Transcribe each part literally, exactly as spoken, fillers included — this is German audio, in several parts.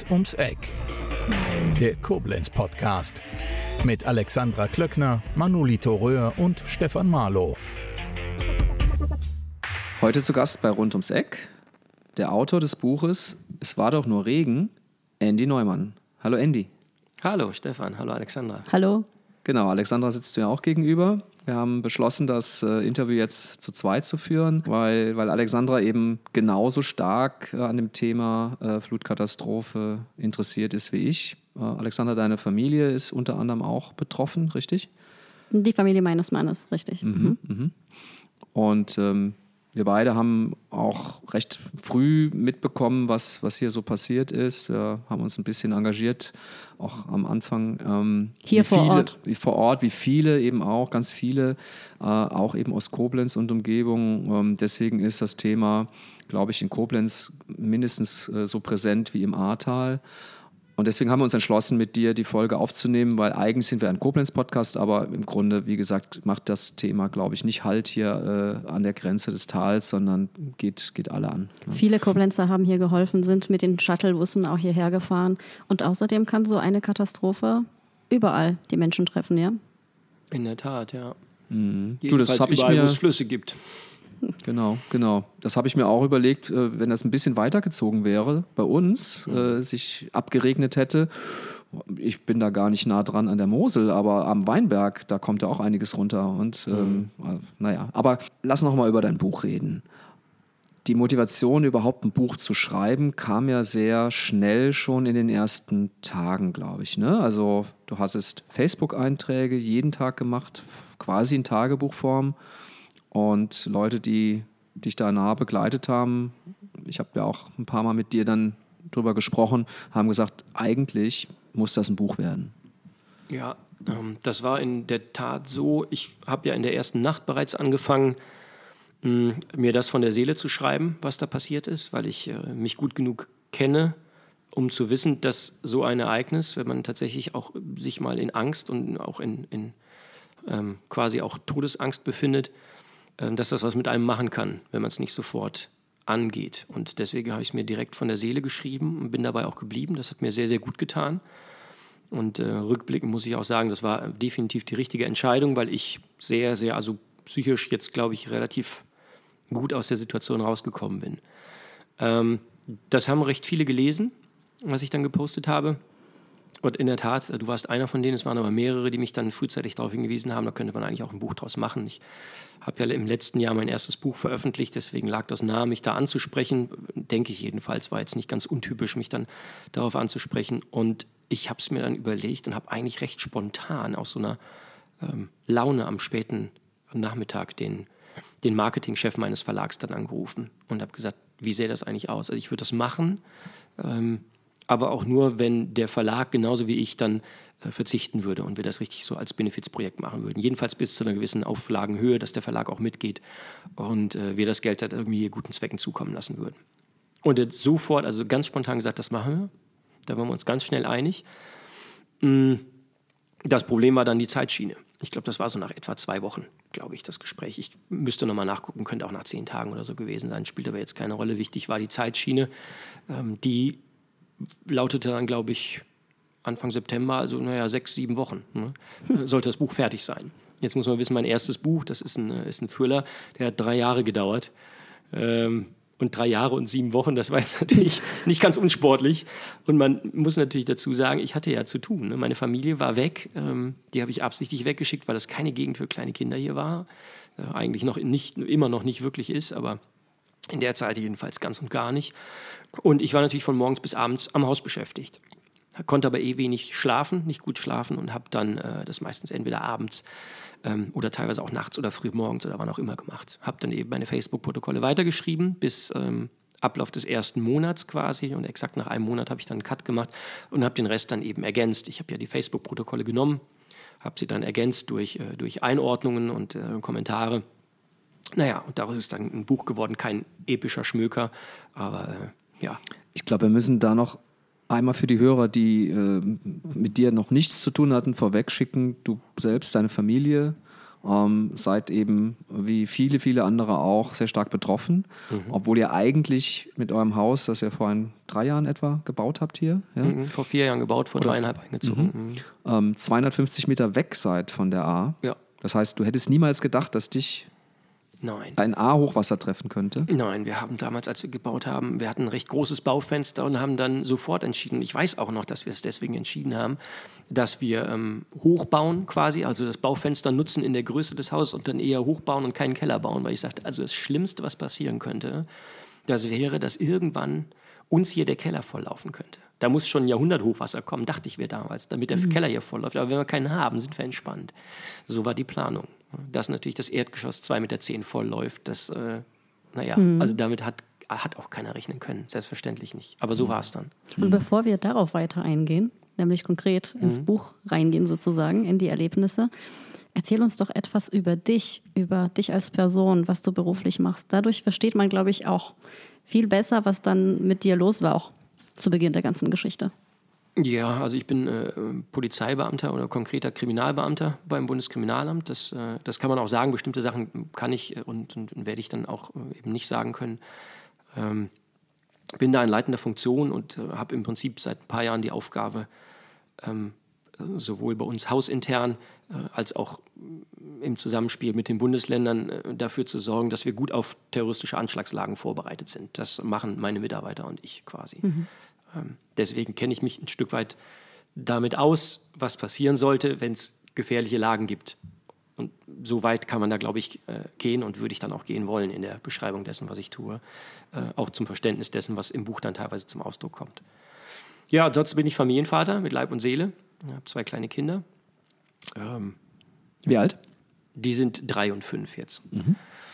Rund ums Eck. Der Koblenz-Podcast. Mit Alexandra Klöckner, Manolito Röhr und Stefan Marlow. Heute zu Gast bei Rund ums Eck der Autor des Buches Es war doch nur Regen, Andy Neumann. Hallo Andy. Hallo Stefan, hallo Alexandra. Hallo. Genau, Alexandra sitzt dir auch gegenüber. Wir haben beschlossen, das äh, Interview jetzt zu zweit zu führen, weil, weil Alexandra eben genauso stark äh, an dem Thema äh, Flutkatastrophe interessiert ist wie ich. Äh, Alexandra, deine Familie ist unter anderem auch betroffen, richtig? Die Familie meines Mannes, richtig. Mhm, mhm. Mhm. Und ähm, wir beide haben auch recht früh mitbekommen, was, was hier so passiert ist. Wir haben uns ein bisschen engagiert, auch am Anfang. Ähm, hier wie vor viele, Ort. Wie vor Ort, wie viele eben auch, ganz viele, äh, auch eben aus Koblenz und Umgebung. Ähm, deswegen ist das Thema, glaube ich, in Koblenz mindestens äh, so präsent wie im Ahrtal. Und deswegen haben wir uns entschlossen, mit dir die Folge aufzunehmen, weil eigentlich sind wir ein Koblenz-Podcast, aber im Grunde, wie gesagt, macht das Thema, glaube ich, nicht Halt hier äh, an der Grenze des Tals, sondern geht, geht alle an. Ja. Viele Koblenzer haben hier geholfen, sind mit den Shuttlebussen auch hierher gefahren. Und außerdem kann so eine Katastrophe überall die Menschen treffen, ja? In der Tat, ja. Mhm. Du, das habe ich mir, wo es Flüsse gibt. Genau, genau. Das habe ich mir auch überlegt, wenn das ein bisschen weitergezogen wäre bei uns, äh, sich abgeregnet hätte. Ich bin da gar nicht nah dran an der Mosel, aber am Weinberg, da kommt ja auch einiges runter. Und ähm, mhm. naja, aber lass noch mal über dein Buch reden. Die Motivation, überhaupt ein Buch zu schreiben, kam ja sehr schnell schon in den ersten Tagen, glaube ich. Ne? Also du hattest Facebook-Einträge jeden Tag gemacht, quasi in Tagebuchform. Und Leute, die dich da nah begleitet haben, ich habe ja auch ein paar Mal mit dir dann drüber gesprochen, haben gesagt, eigentlich muss das ein Buch werden. Ja, ähm, das war in der Tat so. Ich habe ja in der ersten Nacht bereits angefangen, mh, mir das von der Seele zu schreiben, was da passiert ist, weil ich äh, mich gut genug kenne, um zu wissen, dass so ein Ereignis, wenn man tatsächlich auch sich mal in Angst und auch in, in ähm, quasi auch Todesangst befindet, dass das was mit einem machen kann, wenn man es nicht sofort angeht. Und deswegen habe ich es mir direkt von der Seele geschrieben und bin dabei auch geblieben. Das hat mir sehr, sehr gut getan. Und äh, rückblickend muss ich auch sagen, das war definitiv die richtige Entscheidung, weil ich sehr, sehr, also psychisch jetzt, glaube ich, relativ gut aus der Situation rausgekommen bin. Ähm, das haben recht viele gelesen, was ich dann gepostet habe. Und in der Tat, du warst einer von denen, es waren aber mehrere, die mich dann frühzeitig darauf hingewiesen haben, da könnte man eigentlich auch ein Buch draus machen. Ich habe ja im letzten Jahr mein erstes Buch veröffentlicht, deswegen lag das nahe, mich da anzusprechen, denke ich jedenfalls, war jetzt nicht ganz untypisch, mich dann darauf anzusprechen. Und ich habe es mir dann überlegt und habe eigentlich recht spontan aus so einer ähm, Laune am späten Nachmittag den, den Marketingchef meines Verlags dann angerufen und habe gesagt, wie sähe das eigentlich aus? Also ich würde das machen, ähm, aber auch nur, wenn der Verlag genauso wie ich dann äh, verzichten würde und wir das richtig so als Benefizprojekt machen würden. Jedenfalls bis zu einer gewissen Auflagenhöhe, dass der Verlag auch mitgeht und äh, wir das Geld dann irgendwie guten Zwecken zukommen lassen würden. Und er sofort, also ganz spontan gesagt, das machen wir. Da waren wir uns ganz schnell einig. Das Problem war dann die Zeitschiene. Ich glaube, das war so nach etwa zwei Wochen, glaube ich, das Gespräch. Ich müsste nochmal nachgucken, könnte auch nach zehn Tagen oder so gewesen sein, spielt aber jetzt keine Rolle. Wichtig war die Zeitschiene, ähm, die lautete dann, glaube ich, Anfang September, also naja, sechs, sieben Wochen, ne, sollte das Buch fertig sein. Jetzt muss man wissen, mein erstes Buch, das ist ein, ist ein Thriller, der hat drei Jahre gedauert. Ähm, und drei Jahre und sieben Wochen, das war jetzt natürlich nicht ganz unsportlich. Und man muss natürlich dazu sagen, ich hatte ja zu tun. Ne? Meine Familie war weg, ähm, die habe ich absichtlich weggeschickt, weil das keine Gegend für kleine Kinder hier war. Äh, eigentlich noch nicht, immer noch nicht wirklich ist, aber in der Zeit jedenfalls ganz und gar nicht. Und ich war natürlich von morgens bis abends am Haus beschäftigt. Konnte aber eh wenig schlafen, nicht gut schlafen und habe dann äh, das meistens entweder abends ähm, oder teilweise auch nachts oder früh morgens oder wann auch immer gemacht. Habe dann eben meine Facebook-Protokolle weitergeschrieben bis ähm, Ablauf des ersten Monats quasi und exakt nach einem Monat habe ich dann einen Cut gemacht und habe den Rest dann eben ergänzt. Ich habe ja die Facebook-Protokolle genommen, habe sie dann ergänzt durch, äh, durch Einordnungen und äh, Kommentare. Naja, und daraus ist dann ein Buch geworden, kein epischer Schmöker, aber äh, ja. Ich glaube, wir müssen da noch einmal für die Hörer, die äh, mit dir noch nichts zu tun hatten, vorwegschicken, du selbst, deine Familie Ähm, seid eben, wie viele, viele andere auch, sehr stark betroffen. Mhm. Obwohl ihr eigentlich mit eurem Haus, das ihr vor ein, drei Jahren etwa gebaut habt hier. Ja? Mhm, vor vier Jahren gebaut, vor Oder dreieinhalb eingezogen. Mhm. Mhm. Ähm, zweihundertfünfzig Meter weg seid von der A. Ja. Das heißt, du hättest niemals gedacht, dass dich Nein. ein A-Hochwasser treffen könnte? Nein, wir haben damals, als wir gebaut haben, wir hatten ein recht großes Baufenster und haben dann sofort entschieden, ich weiß auch noch, dass wir es deswegen entschieden haben, dass wir ähm, hochbauen quasi, also das Baufenster nutzen in der Größe des Hauses und dann eher hochbauen und keinen Keller bauen, weil ich sagte, also das Schlimmste, was passieren könnte, das wäre, dass irgendwann uns hier der Keller volllaufen könnte. Da muss schon ein Jahrhundert-Hochwasser kommen, dachte ich mir damals, damit der mhm. Keller hier vollläuft. Aber wenn wir keinen haben, sind wir entspannt. So war die Planung. Dass natürlich das Erdgeschoss zwei Meter zehn vollläuft, das, äh, naja, mhm. also damit hat, hat auch keiner rechnen können. Selbstverständlich nicht. Aber so mhm. war es dann. Und bevor wir darauf weiter eingehen, nämlich konkret ins mhm. Buch reingehen sozusagen, in die Erlebnisse, erzähl uns doch etwas über dich, über dich als Person, was du beruflich machst. Dadurch versteht man, glaube ich, auch viel besser, was dann mit dir los war, auch zu Beginn der ganzen Geschichte. Ja, also ich bin äh, Polizeibeamter oder konkreter Kriminalbeamter beim Bundeskriminalamt. Das, äh, das kann man auch sagen. Bestimmte Sachen kann ich und, und, und werde ich dann auch äh, eben nicht sagen können. Ähm, bin da in leitender Funktion und äh, habe im Prinzip seit ein paar Jahren die Aufgabe, ähm, sowohl bei uns hausintern äh, als auch im Zusammenspiel mit den Bundesländern äh, dafür zu sorgen, dass wir gut auf terroristische Anschlagslagen vorbereitet sind. Das machen meine Mitarbeiter und ich quasi. Mhm. Ähm, deswegen kenne ich mich ein Stück weit damit aus, was passieren sollte, wenn es gefährliche Lagen gibt. Und so weit kann man da, glaube ich, äh, gehen und würde ich dann auch gehen wollen in der Beschreibung dessen, was ich tue. Äh, auch zum Verständnis dessen, was im Buch dann teilweise zum Ausdruck kommt. Ja, ansonsten bin ich Familienvater mit Leib und Seele. Ich habe zwei kleine Kinder. Ähm, Wie alt? Die sind drei und fünf jetzt. Mhm.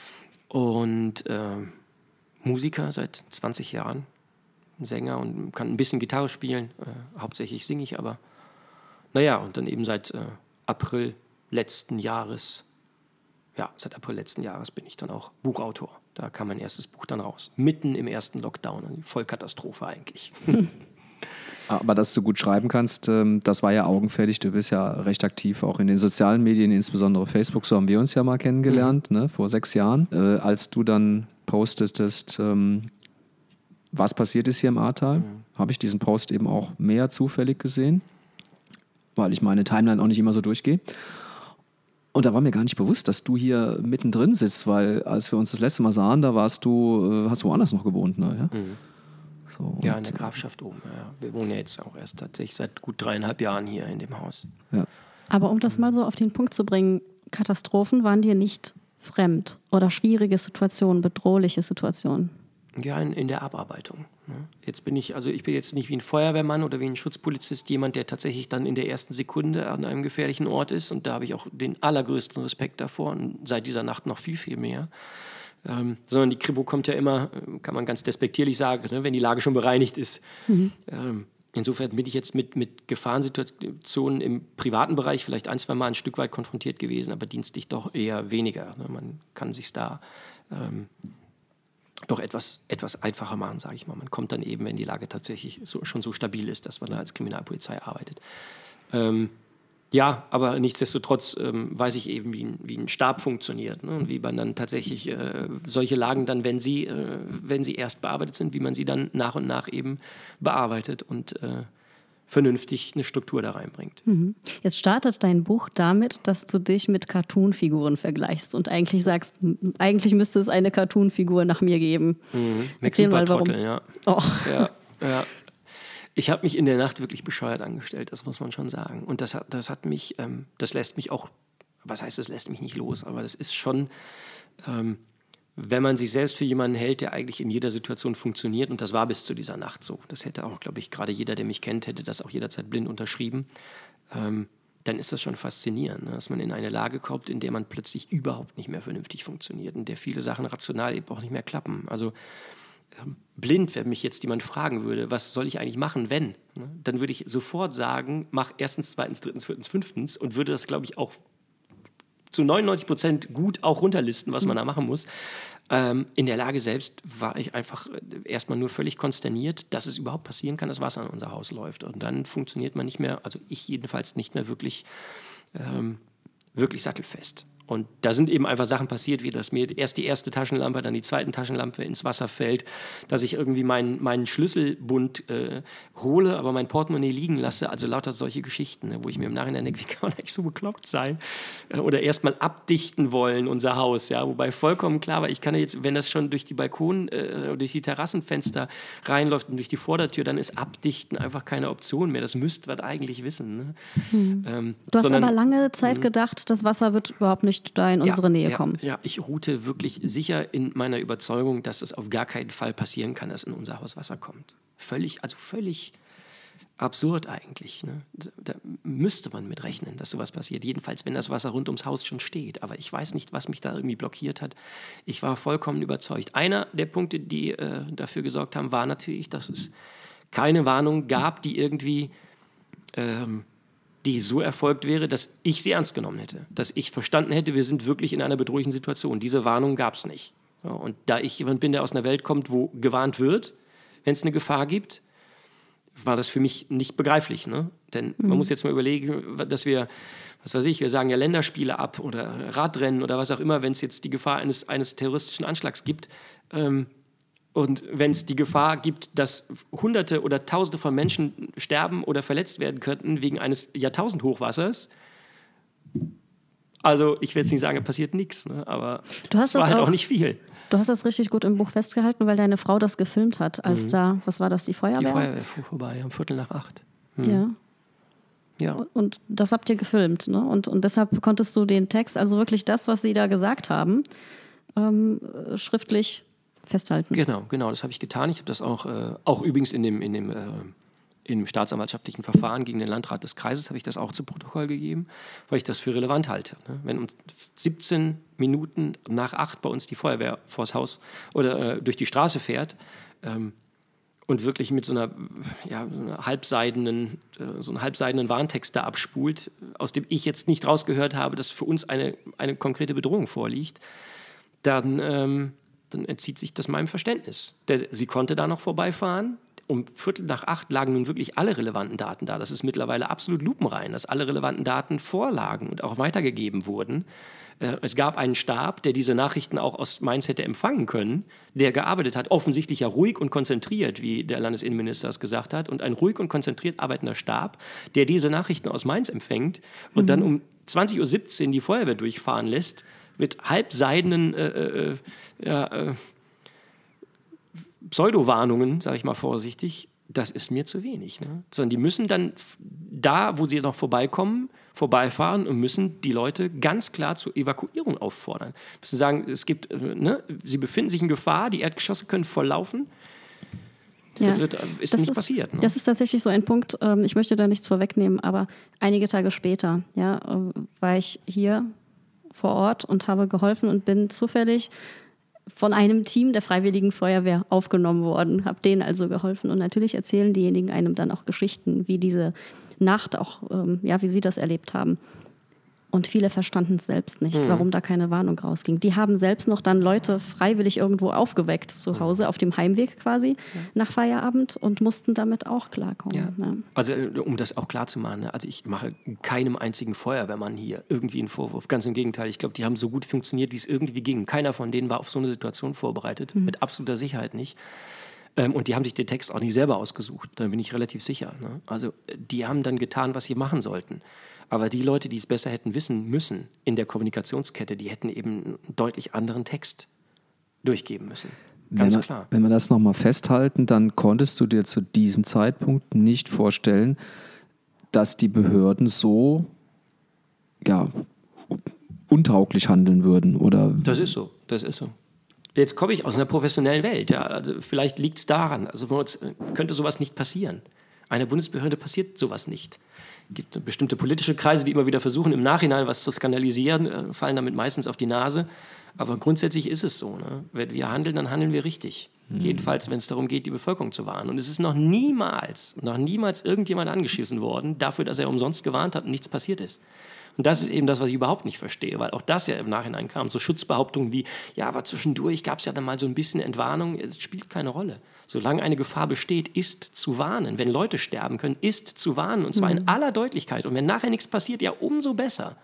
Und äh, Musiker seit zwanzig Jahren. Sänger und kann ein bisschen Gitarre spielen. Äh, hauptsächlich singe ich aber. Naja, und dann eben seit äh, April letzten Jahres, ja, seit April letzten Jahres bin ich dann auch Buchautor. Da kam mein erstes Buch dann raus. Mitten im ersten Lockdown. Eine Vollkatastrophe eigentlich. Aber dass du gut schreiben kannst, das war ja augenfällig. Du bist ja recht aktiv auch in den sozialen Medien, insbesondere Facebook. So haben wir uns ja mal kennengelernt, mhm. ne, vor sechs Jahren. Äh, als du dann postetest, ähm, was passiert ist hier im Ahrtal, mhm. habe ich diesen Post eben auch mehr zufällig gesehen, weil ich meine Timeline auch nicht immer so durchgehe. Und da war mir gar nicht bewusst, dass du hier mittendrin sitzt, weil als wir uns das letzte Mal sahen, da warst du, hast du woanders noch gewohnt, ne? Ja? Mhm. So, ja, in der Grafschaft oben. Ja. Wir wohnen ja jetzt auch erst tatsächlich seit gut dreieinhalb Jahren hier in dem Haus. Ja. Aber um das mal so auf den Punkt zu bringen, Katastrophen waren dir nicht fremd oder schwierige Situationen, bedrohliche Situationen? Ja, in, in der Abarbeitung. Jetzt bin ich, also ich bin jetzt nicht wie ein Feuerwehrmann oder wie ein Schutzpolizist, jemand, der tatsächlich dann in der ersten Sekunde an einem gefährlichen Ort ist. Und da habe ich auch den allergrößten Respekt davor und seit dieser Nacht noch viel, viel mehr. Ähm, sondern die Kripo kommt ja immer, kann man ganz despektierlich sagen, ne, wenn die Lage schon bereinigt ist. Mhm. Ähm, insofern bin ich jetzt mit, mit Gefahrensituationen im privaten Bereich vielleicht ein, zwei Mal ein Stück weit konfrontiert gewesen, aber dienstlich doch eher weniger. Ne. Man kann sich da ähm, doch etwas, etwas einfacher machen, sage ich mal. Man kommt dann eben, wenn die Lage tatsächlich so, schon so stabil ist, dass man da als Kriminalpolizei arbeitet. Ähm, Ja, aber nichtsdestotrotz ähm, weiß ich eben, wie ein, wie ein Stab funktioniert, ne? Und wie man dann tatsächlich äh, solche Lagen dann, wenn sie, äh, wenn sie erst bearbeitet sind, wie man sie dann nach und nach eben bearbeitet und äh, vernünftig eine Struktur da reinbringt. Mhm. Jetzt startet dein Buch damit, dass du dich mit Cartoon-Figuren vergleichst und eigentlich sagst, eigentlich müsste es eine Cartoon-Figur nach mir geben. Mhm. Erzähl mal, warum. Ja. Oh. Ja, ja. Ich habe mich in der Nacht wirklich bescheuert angestellt, das muss man schon sagen. Und das hat, das hat mich, ähm, das lässt mich auch, was heißt, das lässt mich nicht los, aber das ist schon, ähm, wenn man sich selbst für jemanden hält, der eigentlich in jeder Situation funktioniert, und das war bis zu dieser Nacht so, das hätte auch, glaube ich, gerade jeder, der mich kennt, hätte das auch jederzeit blind unterschrieben, ähm, dann ist das schon faszinierend, ne? Dass man in eine Lage kommt, in der man plötzlich überhaupt nicht mehr vernünftig funktioniert, in der viele Sachen rational eben auch nicht mehr klappen. Also blind, wenn mich jetzt jemand fragen würde, was soll ich eigentlich machen, wenn? Dann würde ich sofort sagen, mach erstens, zweitens, drittens, viertens, fünftens und würde das, glaube ich, auch zu neunundneunzig Prozent gut auch runterlisten, was man da machen muss. Ähm, in der Lage selbst war ich einfach erstmal nur völlig konsterniert, dass es überhaupt passieren kann, dass Wasser in unser Haus läuft. Und dann funktioniert man nicht mehr, also ich jedenfalls nicht mehr wirklich, ähm, wirklich sattelfest. Und da sind eben einfach Sachen passiert, wie dass mir erst die erste Taschenlampe, dann die zweite Taschenlampe ins Wasser fällt, dass ich irgendwie meinen, meinen Schlüsselbund äh, hole, aber mein Portemonnaie liegen lasse. Also lauter solche Geschichten, ne, wo ich mir im Nachhinein denke, wie kann man eigentlich so bekloppt sein? Oder erst mal abdichten wollen, unser Haus. Ja? Wobei vollkommen klar war, ich kann ja jetzt, wenn das schon durch die Balkon, äh, durch die Terrassenfenster reinläuft und durch die Vordertür, dann ist Abdichten einfach keine Option mehr. Das müsst ihr eigentlich wissen. Ne? Hm. Ähm, du hast sondern, aber lange Zeit gedacht, das Wasser wird überhaupt nicht da in ja, unsere Nähe ja, kommen. Ja, ich ruhte wirklich sicher in meiner Überzeugung, dass es auf gar keinen Fall passieren kann, dass in unser Haus Wasser kommt. Völlig, also völlig absurd eigentlich. Ne? Da, da müsste man mit rechnen, dass sowas passiert. Jedenfalls, wenn das Wasser rund ums Haus schon steht. Aber ich weiß nicht, was mich da irgendwie blockiert hat. Ich war vollkommen überzeugt. Einer der Punkte, die äh, dafür gesorgt haben, war natürlich, dass es keine Warnung gab, die irgendwie... Ähm, die so erfolgt wäre, dass ich sie ernst genommen hätte. Dass ich verstanden hätte, wir sind wirklich in einer bedrohlichen Situation. Diese Warnung gab es nicht. So, und da ich jemand bin, der aus einer Welt kommt, wo gewarnt wird, wenn es eine Gefahr gibt, war das für mich nicht begreiflich. Ne? Denn mhm. man muss jetzt mal überlegen, dass wir, was weiß ich, wir sagen ja Länderspiele ab oder Radrennen oder was auch immer, wenn es jetzt die Gefahr eines, eines terroristischen Anschlags gibt. Ähm, Und wenn es die Gefahr gibt, dass Hunderte oder Tausende von Menschen sterben oder verletzt werden könnten wegen eines Jahrtausendhochwassers, also ich will jetzt nicht sagen, da passiert nichts, ne? Aber es war halt auch, auch nicht viel. Du hast das richtig gut im Buch festgehalten, weil deine Frau das gefilmt hat, als mhm. da, was war das, die Feuerwehr? Die Feuerwehr fuhr vorbei, um Viertel nach acht. Mhm. Ja. Ja. Und das habt ihr gefilmt, ne? Und, und deshalb konntest du den Text, also wirklich das, was sie da gesagt haben, ähm, schriftlich festhalten. Genau, genau, das habe ich getan. Ich habe das auch, äh, auch übrigens in dem, in dem, äh, in dem staatsanwaltschaftlichen Verfahren gegen den Landrat des Kreises habe ich das auch zu Protokoll gegeben, weil ich das für relevant halte. Ne? Wenn um siebzehn Minuten nach acht bei uns die Feuerwehr vors Haus oder äh, durch die Straße fährt ähm, und wirklich mit so einer, ja, so einer halbseidenen, äh, so einen halbseidenen Warntext da abspult, aus dem ich jetzt nicht rausgehört habe, dass für uns eine, eine konkrete Bedrohung vorliegt, dann ähm, dann entzieht sich das meinem Verständnis. Der, sie konnte da noch vorbeifahren. Um Viertel nach acht lagen nun wirklich alle relevanten Daten da. Das ist mittlerweile absolut lupenrein, dass alle relevanten Daten vorlagen und auch weitergegeben wurden. Äh, es gab einen Stab, der diese Nachrichten auch aus Mainz hätte empfangen können, der gearbeitet hat, offensichtlich ja ruhig und konzentriert, wie der Landesinnenminister es gesagt hat, und ein ruhig und konzentriert arbeitender Stab, der diese Nachrichten aus Mainz empfängt und mhm. dann um zwanzig Uhr siebzehn die Feuerwehr durchfahren lässt, mit halbseidenen äh, äh, ja, äh, Pseudo-Warnungen, sage ich mal vorsichtig, das ist mir zu wenig. Ne? Sondern die müssen dann da, wo sie noch vorbeikommen, vorbeifahren und müssen die Leute ganz klar zur Evakuierung auffordern. Müssen sagen, es gibt, äh, ne, sie befinden sich in Gefahr, die Erdgeschosse können volllaufen. Ja, das wird, ist das nicht ist, passiert. Ne? Das ist tatsächlich so ein Punkt, ähm, ich möchte da nichts vorwegnehmen, aber einige Tage später ja, äh, war ich hier vor Ort und habe geholfen und bin zufällig von einem Team der Freiwilligen Feuerwehr aufgenommen worden, habe denen also geholfen. Und natürlich erzählen diejenigen einem dann auch Geschichten, wie diese Nacht auch, ähm, ja, wie sie das erlebt haben. Und viele verstanden es selbst nicht, mhm. warum da keine Warnung rausging. Die haben selbst noch dann Leute freiwillig irgendwo aufgeweckt zu Hause, auf dem Heimweg quasi, ja. nach Feierabend und mussten damit auch klarkommen. Ja. Ja. Also um das auch klar zu machen, ne? Also ich mache keinem einzigen Feuerwehrmann hier irgendwie einen Vorwurf. Ganz im Gegenteil, ich glaube, die haben so gut funktioniert, wie es irgendwie ging. Keiner von denen war auf so eine Situation vorbereitet, mhm. mit absoluter Sicherheit nicht. Ähm, und die haben sich den Text auch nicht selber ausgesucht, da bin ich relativ sicher. Ne? Also die haben dann getan, was sie machen sollten. Aber die Leute, die es besser hätten wissen müssen in der Kommunikationskette, die hätten eben einen deutlich anderen Text durchgeben müssen. Ganz wenn wir, klar. Wenn wir das nochmal festhalten, dann konntest du dir zu diesem Zeitpunkt nicht vorstellen, dass die Behörden so ja, untauglich handeln würden, oder? Das ist so, das ist so. Jetzt komme ich aus einer professionellen Welt. Ja, also vielleicht liegt es daran, also uns, könnte sowas nicht passieren. Einer Bundesbehörde passiert sowas nicht. Es gibt bestimmte politische Kreise, die immer wieder versuchen, im Nachhinein was zu skandalisieren, fallen damit meistens auf die Nase. Aber grundsätzlich ist es so. Ne? Wenn wir handeln, dann handeln wir richtig. Mhm. Jedenfalls, wenn es darum geht, die Bevölkerung zu warnen. Und es ist noch niemals, noch niemals irgendjemand angeschissen worden dafür, dass er umsonst gewarnt hat und nichts passiert ist. Und das ist eben das, was ich überhaupt nicht verstehe, weil auch das ja im Nachhinein kam. So Schutzbehauptungen wie, ja, aber zwischendurch gab es ja dann mal so ein bisschen Entwarnung. Es spielt keine Rolle. Solange eine Gefahr besteht, ist zu warnen. Wenn Leute sterben können, ist zu warnen. Und zwar mhm. in aller Deutlichkeit. Und wenn nachher nichts passiert, ja, umso besser.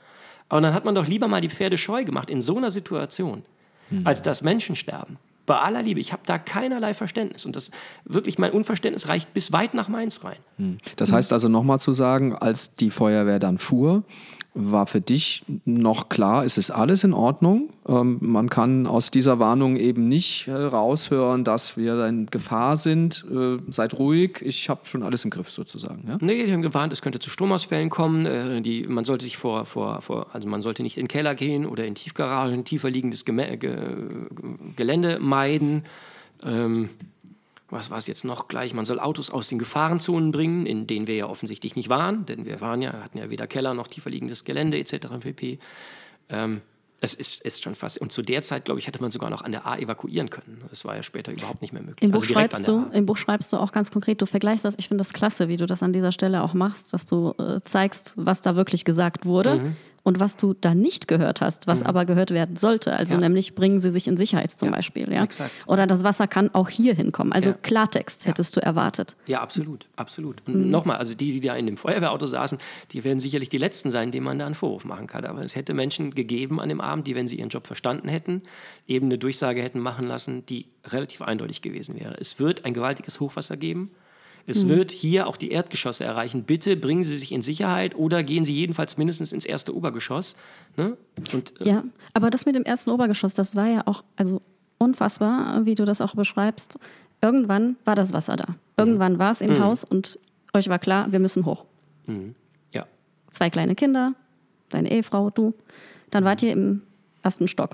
Aber dann hat man doch lieber mal die Pferde scheu gemacht in so einer Situation, hm. als dass Menschen sterben. Bei aller Liebe, ich habe da keinerlei Verständnis. Und das wirklich, mein Unverständnis reicht bis weit nach Mainz rein. Hm. Das heißt also nochmal zu sagen, als die Feuerwehr dann fuhr, war für dich noch klar, es ist alles in Ordnung. Ähm, man kann aus dieser Warnung eben nicht äh, raushören, dass wir in Gefahr sind. Äh, seid ruhig, ich habe schon alles im Griff sozusagen. Ja? Nee, die haben gewarnt, es könnte zu Stromausfällen kommen. Äh, die, man sollte sich vor, vor, vor, also man sollte nicht in den Keller gehen oder in Tiefgaragen, tiefer liegendes Geme- Ge- Gelände meiden. Ähm, Was war es jetzt noch gleich? Man soll Autos aus den Gefahrenzonen bringen, in denen wir ja offensichtlich nicht waren, denn wir waren ja, hatten ja weder Keller noch tiefer liegendes Gelände et cetera pp. Ähm, es ist, ist schon fast. Und zu der Zeit, glaube ich, hätte man sogar noch an der A evakuieren können. Das war ja später überhaupt nicht mehr möglich. Im Buch, also schreibst du, Im Buch schreibst du auch ganz konkret, du vergleichst das. Ich finde das klasse, wie du das an dieser Stelle auch machst, dass du äh, zeigst, was da wirklich gesagt wurde. Mhm. Und was du da nicht gehört hast, was mhm. aber gehört werden sollte. Also ja. nämlich bringen sie sich in Sicherheit zum ja, Beispiel. Ja? Exakt. Oder das Wasser kann auch hier hinkommen. Also ja. Klartext hättest ja. du erwartet. Ja, absolut. absolut. Und mhm. nochmal, also die, die da in dem Feuerwehrauto saßen, die werden sicherlich die Letzten sein, denen man da einen Vorwurf machen kann. Aber es hätte Menschen gegeben an dem Abend, die, wenn sie ihren Job verstanden hätten, eben eine Durchsage hätten machen lassen, die relativ eindeutig gewesen wäre. Es wird ein gewaltiges Hochwasser geben. Es mhm. wird hier auch die Erdgeschosse erreichen. Bitte bringen Sie sich in Sicherheit oder gehen Sie jedenfalls mindestens ins erste Obergeschoss. Ne? Und, äh, ja, aber das mit dem ersten Obergeschoss, das war ja auch also unfassbar, wie du das auch beschreibst. Irgendwann war das Wasser da. Irgendwann mhm. war es im mhm. Haus und euch war klar, wir müssen hoch. Mhm. Ja. Zwei kleine Kinder, deine Ehefrau, du. Dann wart ihr im ersten Stock.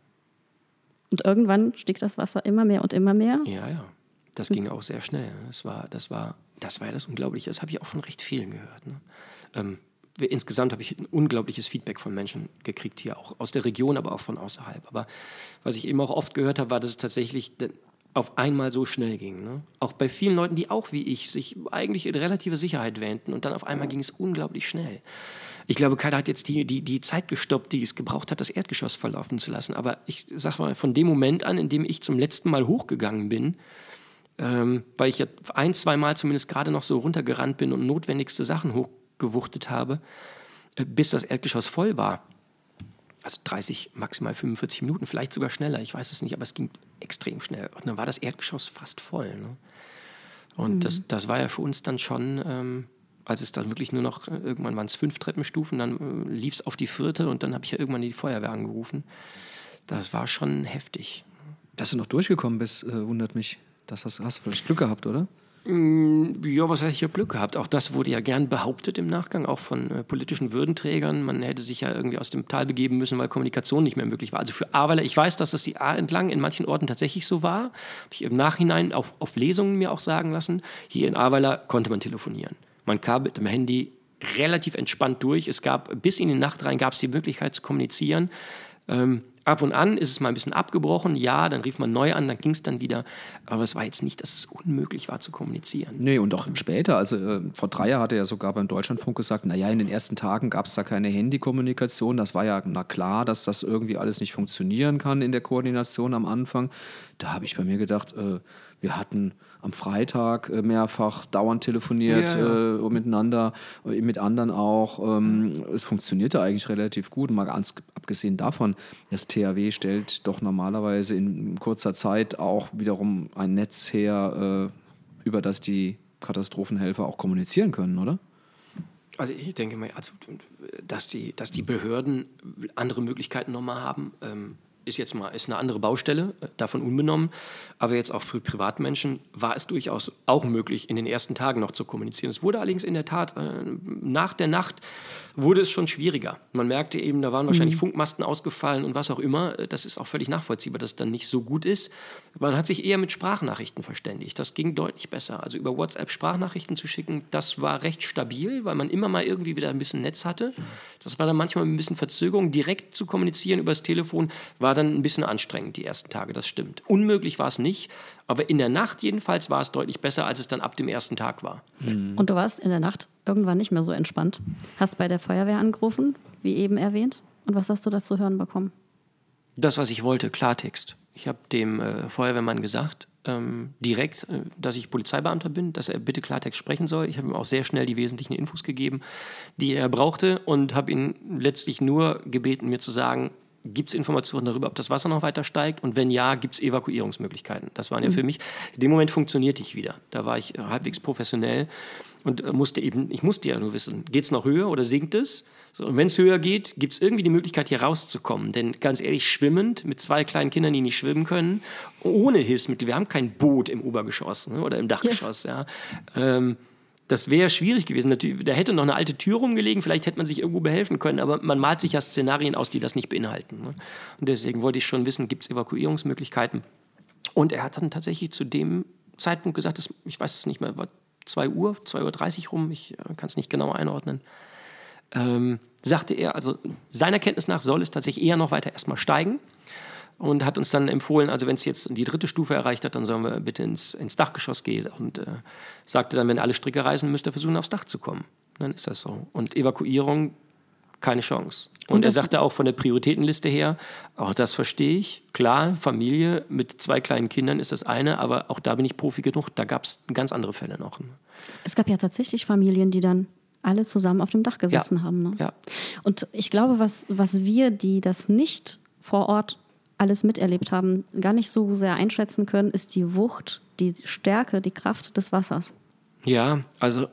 Und irgendwann stieg das Wasser immer mehr und immer mehr. Ja, ja. Das ging auch sehr schnell. Das war das, war, das, war ja das Unglaubliche. Das habe ich auch von recht vielen gehört. Ne? Ähm, insgesamt habe ich ein unglaubliches Feedback von Menschen gekriegt, hier auch aus der Region, aber auch von außerhalb. Aber was ich eben auch oft gehört habe, war, dass es tatsächlich auf einmal so schnell ging. Ne? Auch bei vielen Leuten, die auch wie ich sich eigentlich in relative Sicherheit wähnten und dann auf einmal ging es unglaublich schnell. Ich glaube, keiner hat jetzt die, die, die Zeit gestoppt, die es gebraucht hat, das Erdgeschoss verlaufen zu lassen. Aber ich sage mal, von dem Moment an, in dem ich zum letzten Mal hochgegangen bin, Ähm, weil ich ja ein, zwei Mal zumindest gerade noch so runtergerannt bin und notwendigste Sachen hochgewuchtet habe, äh, bis das Erdgeschoss voll war. Also dreißig, maximal fünfundvierzig Minuten, vielleicht sogar schneller, ich weiß es nicht, aber es ging extrem schnell. Und dann war das Erdgeschoss fast voll. Ne? Und mhm. das, das war ja für uns dann schon, ähm, als es dann wirklich nur noch, äh, irgendwann waren es fünf Treppenstufen, dann äh, lief es auf die vierte und dann habe ich ja irgendwann die Feuerwehr angerufen. Das war schon heftig. Dass du noch durchgekommen bist, äh, wundert mich. Das hast, hast du vielleicht Glück gehabt, oder? Ja, was hätte ich ja Glück gehabt. Auch das wurde ja gern behauptet im Nachgang, auch von äh, politischen Würdenträgern. Man hätte sich ja irgendwie aus dem Tal begeben müssen, weil Kommunikation nicht mehr möglich war. Also für Ahrweiler, ich weiß, dass das die Ahr entlang in manchen Orten tatsächlich so war. Habe ich im Nachhinein auf, auf Lesungen mir auch sagen lassen. Hier in Ahrweiler konnte man telefonieren. Man kam mit dem Handy relativ entspannt durch. Es gab, bis in die Nacht rein gab es die Möglichkeit zu kommunizieren. Ähm, Ab und an ist es mal ein bisschen abgebrochen, ja, dann rief man neu an, dann ging es dann wieder. Aber es war jetzt nicht, dass es unmöglich war zu kommunizieren. Nee, und auch später, also äh, Frau Dreyer hatte ja sogar beim Deutschlandfunk gesagt, naja, in den ersten Tagen gab es da keine Handykommunikation. Das war ja na klar, dass das irgendwie alles nicht funktionieren kann in der Koordination am Anfang. Da habe ich bei mir gedacht, äh, wir hatten am Freitag äh, mehrfach dauernd telefoniert ja, ja. Äh, miteinander, äh, mit anderen auch. Ähm, es funktionierte eigentlich relativ gut. Mal ganz abgesehen davon, das T H W stellt doch normalerweise in kurzer Zeit auch wiederum ein Netz her, äh, über das die Katastrophenhelfer auch kommunizieren können, oder? Also ich denke mal, also, dass, die, dass die Behörden andere Möglichkeiten nochmal haben, ähm, ist jetzt mal ist eine andere Baustelle, äh, davon unbenommen. Aber jetzt auch für Privatmenschen war es durchaus auch möglich, in den ersten Tagen noch zu kommunizieren. Es wurde allerdings in der Tat, äh, nach der Nacht wurde es schon schwieriger. Man merkte eben, da waren wahrscheinlich mhm. Funkmasten ausgefallen und was auch immer. Das ist auch völlig nachvollziehbar, dass es dann nicht so gut ist. Man hat sich eher mit Sprachnachrichten verständigt. Das ging deutlich besser. Also über WhatsApp Sprachnachrichten zu schicken, das war recht stabil, weil man immer mal irgendwie wieder ein bisschen Netz hatte. Das war dann manchmal ein bisschen Verzögerung. Direkt zu kommunizieren über das Telefon war dann ein bisschen anstrengend die ersten Tage, das stimmt. Unmöglich war es nicht, aber in der Nacht jedenfalls war es deutlich besser, als es dann ab dem ersten Tag war. Mhm. Und du warst in der Nacht irgendwann nicht mehr so entspannt. Hast bei der Feuerwehr angerufen, wie eben erwähnt. Und was hast du dazu hören bekommen? Das, was ich wollte, Klartext. Ich habe dem äh, Feuerwehrmann gesagt, ähm, direkt, äh, dass ich Polizeibeamter bin, dass er bitte Klartext sprechen soll. Ich habe ihm auch sehr schnell die wesentlichen Infos gegeben, die er brauchte und habe ihn letztlich nur gebeten, mir zu sagen, gibt es Informationen darüber, ob das Wasser noch weiter steigt und wenn ja, gibt es Evakuierungsmöglichkeiten. Das waren ja für mich, in dem Moment funktionierte ich wieder. Da war ich halbwegs professionell und musste eben, ich musste ja nur wissen, geht es noch höher oder sinkt es? So, und wenn es höher geht, gibt es irgendwie die Möglichkeit, hier rauszukommen. Denn ganz ehrlich, schwimmend, mit zwei kleinen Kindern, die nicht schwimmen können, ohne Hilfsmittel, wir haben kein Boot im Obergeschoss, ne, oder im Dachgeschoss, ja. ja. Ähm, Das wäre schwierig gewesen. Da hätte noch eine alte Tür rumgelegen, vielleicht hätte man sich irgendwo behelfen können, aber man malt sich ja Szenarien aus, die das nicht beinhalten. Ne? Und deswegen wollte ich schon wissen, gibt es Evakuierungsmöglichkeiten? Und er hat dann tatsächlich zu dem Zeitpunkt gesagt, dass, ich weiß es nicht mehr, war zwei Uhr, zwei Uhr dreißig rum, ich kann es nicht genau einordnen, ähm, sagte er, also seiner Kenntnis nach soll es tatsächlich eher noch weiter erstmal steigen. Und hat uns dann empfohlen, also wenn es jetzt die dritte Stufe erreicht hat, dann sollen wir bitte ins, ins Dachgeschoss gehen. Und äh, sagte dann, wenn alle Stricke reißen, müsst ihr versuchen, aufs Dach zu kommen. Dann ist das so. Und Evakuierung, keine Chance. Und, und er sagte auch von der Prioritätenliste her, auch das verstehe ich, klar, Familie mit zwei kleinen Kindern ist das eine, aber auch da bin ich Profi genug, da gab es ganz andere Fälle noch. Es gab ja tatsächlich Familien, die dann alle zusammen auf dem Dach gesessen ja. haben. Ne? Ja. Und ich glaube, was, was wir, die das nicht vor Ort alles miterlebt haben, gar nicht so sehr einschätzen können, ist die Wucht, die Stärke, die Kraft des Wassers. Ja, also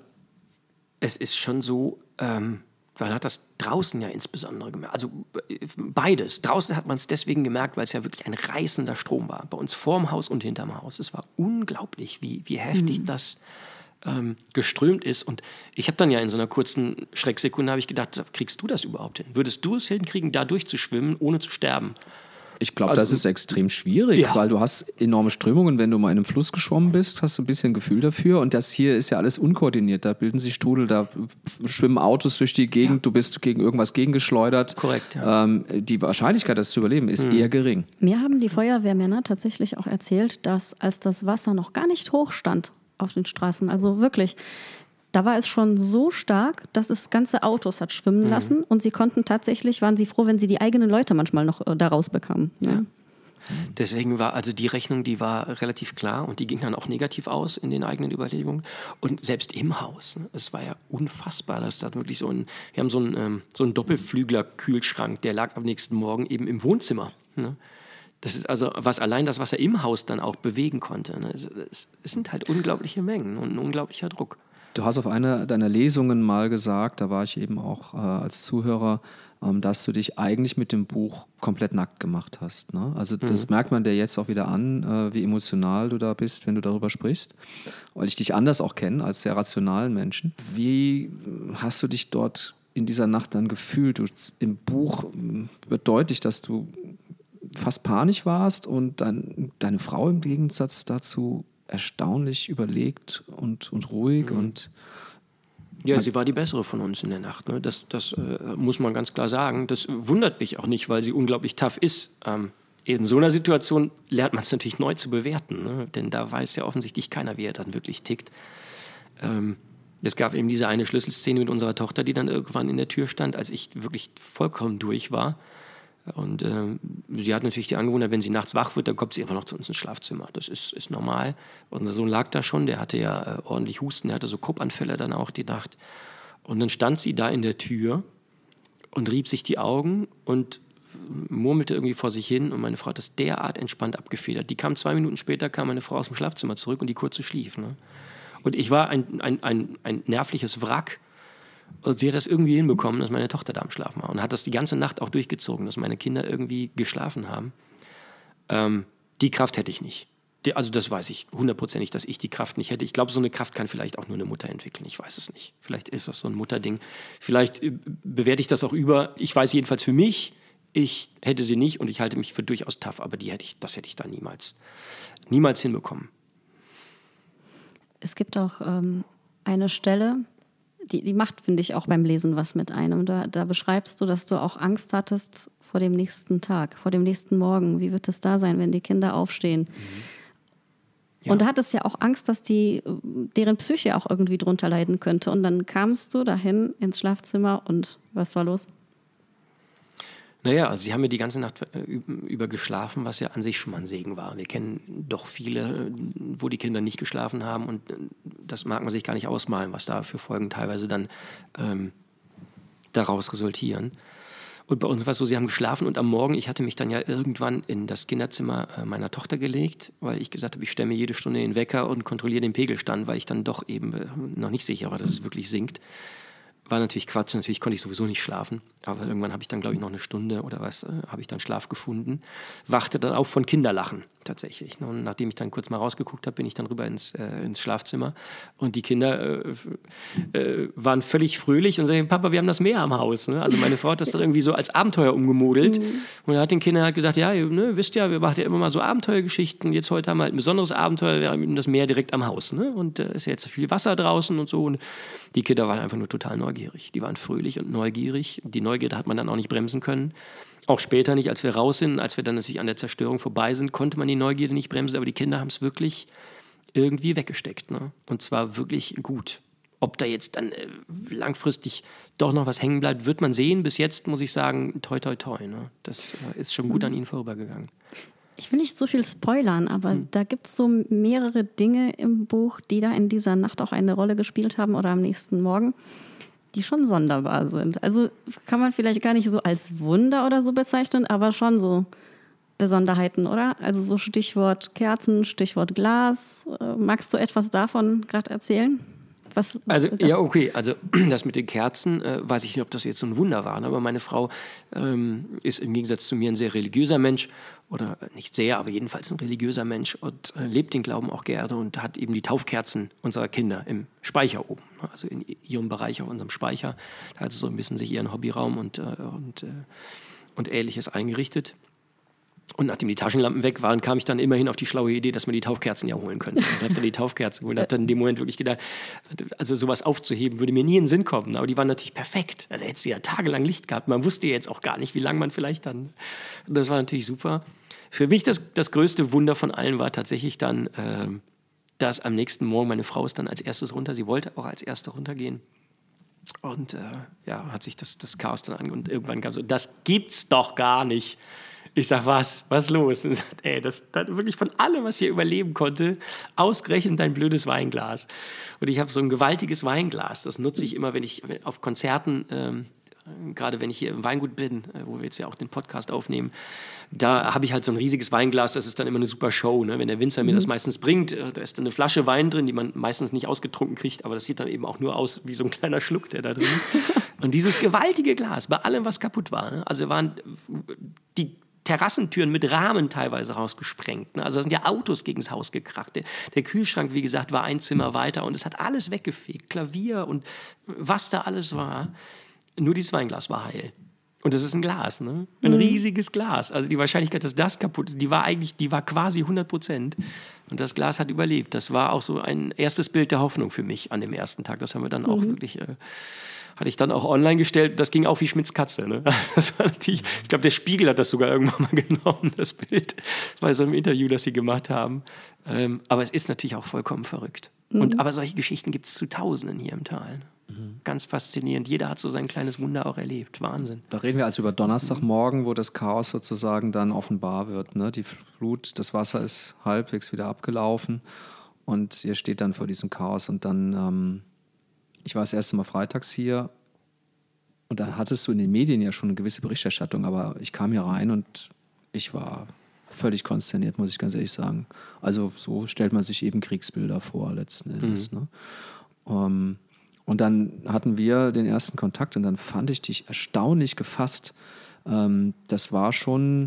es ist schon so, ähm, man hat das draußen ja insbesondere gemerkt, also beides. Draußen hat man es deswegen gemerkt, weil es ja wirklich ein reißender Strom war, bei uns vorm Haus und hinterm Haus. Es war unglaublich, wie, wie heftig mhm. das ähm, geströmt ist. Und ich habe dann ja in so einer kurzen Schrecksekunde habe ich gedacht, kriegst du das überhaupt hin? Würdest du es hinkriegen, da durchzuschwimmen, ohne zu sterben? Ich glaube, Also, das ist extrem schwierig, ja. weil du hast enorme Strömungen. Wenn du mal in einem Fluss geschwommen bist, hast du ein bisschen Gefühl dafür. Und das hier ist ja alles unkoordiniert. Da bilden sich Strudel, da schwimmen Autos durch die Gegend, ja. du bist gegen irgendwas gegengeschleudert. Korrekt, ja. Ähm, die Wahrscheinlichkeit, das zu überleben, ist mhm. eher gering. Mir haben die Feuerwehrmänner tatsächlich auch erzählt, dass als das Wasser noch gar nicht hoch stand auf den Straßen, also wirklich, da war es schon so stark, dass es ganze Autos hat schwimmen lassen. Mhm. Und sie konnten tatsächlich, waren sie froh, wenn sie die eigenen Leute manchmal noch äh, da rausbekamen. Ja. Ja. Deswegen war also die Rechnung, die war relativ klar und die ging dann auch negativ aus in den eigenen Überlegungen. Und selbst im Haus, ne, es war ja unfassbar, dass da wirklich so ein, wir haben so einen, ähm, so einen Doppelflügler-Kühlschrank, der lag am nächsten Morgen eben im Wohnzimmer. Ne? Das ist also, was allein das Wasser im Haus dann auch bewegen konnte. Ne? Es, es, es sind halt unglaubliche Mengen und ein unglaublicher Druck. Du hast auf einer deiner Lesungen mal gesagt, da war ich eben auch äh, als Zuhörer, ähm, dass du dich eigentlich mit dem Buch komplett nackt gemacht hast. Ne? Also mhm. das merkt man dir jetzt auch wieder an, äh, wie emotional du da bist, wenn du darüber sprichst. Weil ich dich anders auch kenne als sehr rationalen Menschen. Wie hast du dich dort in dieser Nacht dann gefühlt? Du, im Buch wird deutlich, dass du fast panisch warst und dein, deine Frau im Gegensatz dazu erstaunlich überlegt und, und ruhig. Mhm. Und ja, sie war die bessere von uns in der Nacht. Ne? Das, das äh, muss man ganz klar sagen. Das wundert mich auch nicht, weil sie unglaublich tough ist. Ähm, in so einer Situation lernt man es natürlich neu zu bewerten. Ne? Denn da weiß ja offensichtlich keiner, wie er dann wirklich tickt. Ähm, es gab eben diese eine Schlüsselszene mit unserer Tochter, die dann irgendwann in der Tür stand, als ich wirklich vollkommen durch war. Und äh, sie hat natürlich die Angewohnheit, wenn sie nachts wach wird, dann kommt sie einfach noch zu uns ins Schlafzimmer. Das ist, ist normal. Unser Sohn lag da schon, der hatte ja äh, ordentlich Husten, der hatte so Kuppanfälle dann auch die Nacht. Und dann stand sie da in der Tür und rieb sich die Augen und murmelte irgendwie vor sich hin. Und meine Frau hat das derart entspannt abgefedert. Die kam zwei Minuten später, kam meine Frau aus dem Schlafzimmer zurück und die kurze schlief. Ne? Und ich war ein, ein, ein, ein nervliches Wrack. Und sie hat das irgendwie hinbekommen, dass meine Tochter da am Schlafen war. Und hat das die ganze Nacht auch durchgezogen, dass meine Kinder irgendwie geschlafen haben. Ähm, die Kraft hätte ich nicht. Die, also das weiß ich hundertprozentig, dass ich die Kraft nicht hätte. Ich glaube, so eine Kraft kann vielleicht auch nur eine Mutter entwickeln. Ich weiß es nicht. Vielleicht ist das so ein Mutterding. Vielleicht äh, bewerte ich das auch über. Ich weiß jedenfalls für mich, ich hätte sie nicht und ich halte mich für durchaus tough. Aber die hätte ich, das hätte ich da niemals, niemals hinbekommen. Es gibt auch ähm, eine Stelle, Die, die macht, finde ich, auch beim Lesen was mit einem. Da, da beschreibst du, dass du auch Angst hattest vor dem nächsten Tag, vor dem nächsten Morgen. Wie wird es da sein, wenn die Kinder aufstehen? Mhm. Ja. Und du hattest ja auch Angst, dass die, deren Psyche auch irgendwie drunter leiden könnte. Und dann kamst du dahin ins Schlafzimmer und was war los? Naja, also sie haben ja die ganze Nacht über geschlafen, was ja an sich schon mal ein Segen war. Wir kennen doch viele, wo die Kinder nicht geschlafen haben und das mag man sich gar nicht ausmalen, was da für Folgen teilweise dann ähm, daraus resultieren. Und bei uns war es so, sie haben geschlafen und am Morgen, ich hatte mich dann ja irgendwann in das Kinderzimmer meiner Tochter gelegt, weil ich gesagt habe, ich stemme jede Stunde den Wecker und kontrolliere den Pegelstand, weil ich dann doch eben noch nicht sicher war, dass es wirklich sinkt. War natürlich Quatsch, natürlich konnte ich sowieso nicht schlafen, aber irgendwann habe ich dann, glaube ich, noch eine Stunde oder was, äh, habe ich dann Schlaf gefunden. Wachte dann auf von Kinderlachen tatsächlich. Und nachdem ich dann kurz mal rausgeguckt habe, bin ich dann rüber ins, äh, ins Schlafzimmer und die Kinder äh, äh, waren völlig fröhlich und sagten, Papa, wir haben das Meer am Haus. Ne? Also meine Frau hat das dann irgendwie so als Abenteuer umgemodelt mhm. und dann hat den Kindern halt gesagt, ja, ne, wisst ja, wir machen ja immer mal so Abenteuergeschichten, jetzt heute haben wir halt ein besonderes Abenteuer, wir haben das Meer direkt am Haus. Ne? Und es äh, ist ja jetzt viel Wasser draußen und so und die Kinder waren einfach nur total neugierig. Die waren fröhlich und neugierig. Die Neugierde hat man dann auch nicht bremsen können. Auch später nicht, als wir raus sind, als wir dann natürlich an der Zerstörung vorbei sind, konnte man die Neugierde nicht bremsen. Aber die Kinder haben es wirklich irgendwie weggesteckt. Ne? Und zwar wirklich gut. Ob da jetzt dann äh, langfristig doch noch was hängen bleibt, wird man sehen. Bis jetzt muss ich sagen, toi, toi, toi. Ne? Das äh, ist schon gut mhm. an ihnen vorübergegangen. Ich will nicht so viel spoilern, aber hm. da gibt es so mehrere Dinge im Buch, die da in dieser Nacht auch eine Rolle gespielt haben oder am nächsten Morgen, die schon sonderbar sind. Also kann man vielleicht gar nicht so als Wunder oder so bezeichnen, aber schon so Besonderheiten, oder? Also so Stichwort Kerzen, Stichwort Glas. Magst du etwas davon gerade erzählen? Was, also, ja, okay. Also, das mit den Kerzen, äh, weiß ich nicht, ob das jetzt so ein Wunder war. Ne? Aber meine Frau ähm, ist im Gegensatz zu mir ein sehr religiöser Mensch. Oder nicht sehr, aber jedenfalls ein religiöser Mensch. Und äh, lebt den Glauben auch gerne und hat eben die Taufkerzen unserer Kinder im Speicher oben. Ne? Also in ihrem Bereich auf unserem Speicher. Da hat sie so ein bisschen sich ihren Hobbyraum und, äh, und, äh, und Ähnliches eingerichtet. Und nachdem die Taschenlampen weg waren, kam ich dann immerhin auf die schlaue Idee, dass man die Taufkerzen ja holen könnte. Und habe dann die Taufkerzen geholt und habe dann in dem Moment wirklich gedacht, also sowas aufzuheben, würde mir nie in den Sinn kommen. Aber die waren natürlich perfekt. Da hätte sie ja tagelang Licht gehabt. Man wusste ja jetzt auch gar nicht, wie lange man vielleicht dann... Und das war natürlich super. Für mich das, das größte Wunder von allen war tatsächlich dann, äh, dass am nächsten Morgen meine Frau ist dann als erstes runter. Sie wollte auch als Erste runtergehen. Und äh, ja, hat sich das, das Chaos dann angeguckt. Und irgendwann kam so, das gibt's doch gar nicht. Ich sag, was? Was ist los? Und sagt, ey, das, das wirklich von allem, was hier überleben konnte, ausgerechnet dein blödes Weinglas. Und ich habe so ein gewaltiges Weinglas. Das nutze ich immer, wenn ich auf Konzerten, ähm, gerade wenn ich hier im Weingut bin, äh, wo wir jetzt ja auch den Podcast aufnehmen, da habe ich halt so ein riesiges Weinglas. Das ist dann immer eine super Show. Ne? Wenn der Winzer mhm. mir das meistens bringt, äh, da ist dann eine Flasche Wein drin, die man meistens nicht ausgetrunken kriegt, aber das sieht dann eben auch nur aus wie so ein kleiner Schluck, der da drin ist. Und dieses gewaltige Glas, bei allem, was kaputt war, ne? Also waren die Terrassentüren mit Rahmen teilweise rausgesprengt. Ne? Also da sind ja Autos gegen das Haus gekracht. Der, der Kühlschrank, wie gesagt, war ein Zimmer weiter und es hat alles weggefegt. Klavier und was da alles war. Nur dieses Weinglas war heil. Und das ist ein Glas, ne? Ein mhm. riesiges Glas. Also die Wahrscheinlichkeit, dass das kaputt ist, die war eigentlich, die war quasi hundert Prozent. Und das Glas hat überlebt. Das war auch so ein erstes Bild der Hoffnung für mich an dem ersten Tag. Das haben wir dann auch mhm. wirklich... Äh, hatte ich dann auch online gestellt. Das ging auch wie Schmitz Katze. Ne? Das war natürlich, ich glaube, der Spiegel hat das sogar irgendwann mal genommen, das Bild, bei so einem Interview, das sie gemacht haben. Ähm, aber es ist natürlich auch vollkommen verrückt. Mhm. Und, aber solche Geschichten gibt es zu Tausenden hier im Tal. Mhm. Ganz faszinierend. Jeder hat so sein kleines Wunder auch erlebt. Wahnsinn. Da reden wir also über Donnerstagmorgen, wo das Chaos sozusagen dann offenbar wird. Ne? Die Flut, das Wasser ist halbwegs wieder abgelaufen und ihr steht dann vor diesem Chaos und dann... Ähm, Ich war das erste Mal freitags hier und dann hattest du in den Medien ja schon eine gewisse Berichterstattung, aber ich kam hier rein und ich war völlig konsterniert, muss ich ganz ehrlich sagen. Also so stellt man sich eben Kriegsbilder vor letzten Endes. Mhm. Ne? Um, und dann hatten wir den ersten Kontakt und dann fand ich dich erstaunlich gefasst. Ähm, das war schon...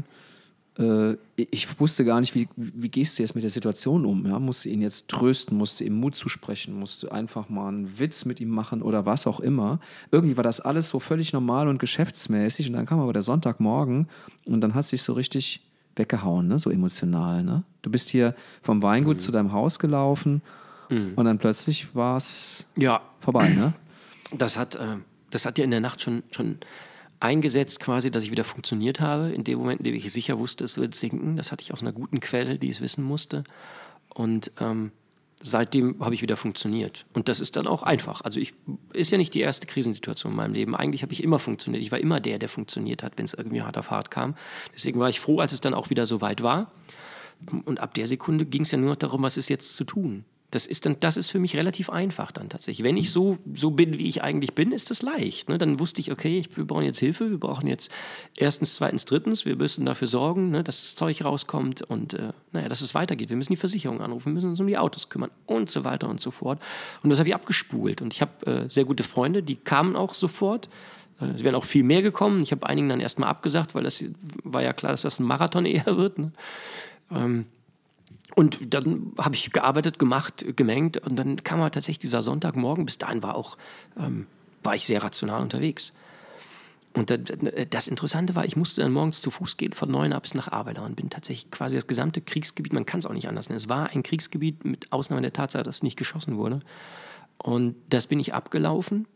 Ich wusste gar nicht, wie, wie gehst du jetzt mit der Situation um? Ja? Musst du ihn jetzt trösten, musst du ihm Mut zusprechen, musst du einfach mal einen Witz mit ihm machen oder was auch immer. Irgendwie war das alles so völlig normal und geschäftsmäßig und dann kam aber der Sonntagmorgen und dann hast du dich so richtig weggehauen, ne? So emotional. Ne? Du bist hier vom Weingut mhm. zu deinem Haus gelaufen mhm. und dann plötzlich war es ja. vorbei. Ne? Das hat, äh, das hat ja in der Nacht schon... schon eingesetzt quasi, dass ich wieder funktioniert habe. In dem Moment, in dem ich sicher wusste, es wird sinken. Das hatte ich aus einer guten Quelle, die es wissen musste. Und ähm, seitdem habe ich wieder funktioniert. Und das ist dann auch einfach. Also ich ist ja nicht die erste Krisensituation in meinem Leben. Eigentlich habe ich immer funktioniert. Ich war immer der, der funktioniert hat, wenn es irgendwie hart auf hart kam. Deswegen war ich froh, als es dann auch wieder so weit war. Und ab der Sekunde ging es ja nur noch darum, was ist jetzt zu tun. Das ist, dann, das ist für mich relativ einfach dann tatsächlich. Wenn ich so, so bin, wie ich eigentlich bin, ist das leicht. Ne? Dann wusste ich, okay, wir brauchen jetzt Hilfe, wir brauchen jetzt erstens, zweitens, drittens, wir müssen dafür sorgen, ne, dass das Zeug rauskommt und äh, naja, dass es weitergeht. Wir müssen die Versicherung anrufen, wir müssen uns um die Autos kümmern und so weiter und so fort. Und das habe ich abgespult. Und ich habe äh, sehr gute Freunde, die kamen auch sofort. Es wären auch viel mehr gekommen. Ich habe einigen dann erstmal abgesagt, weil das war ja klar, dass das ein Marathon eher wird. Ne? Ähm, Und dann habe ich gearbeitet, gemacht, gemengt und dann kam halt tatsächlich dieser Sonntagmorgen. Bis dahin war auch, ähm, war ich sehr rational unterwegs. Und das Interessante war, ich musste dann morgens zu Fuß gehen von neun ab bis nach Ahrweiler und bin tatsächlich quasi das gesamte Kriegsgebiet, man kann es auch nicht anders nennen, es war ein Kriegsgebiet mit Ausnahme der Tatsache, dass nicht geschossen wurde. Und das bin ich abgelaufen.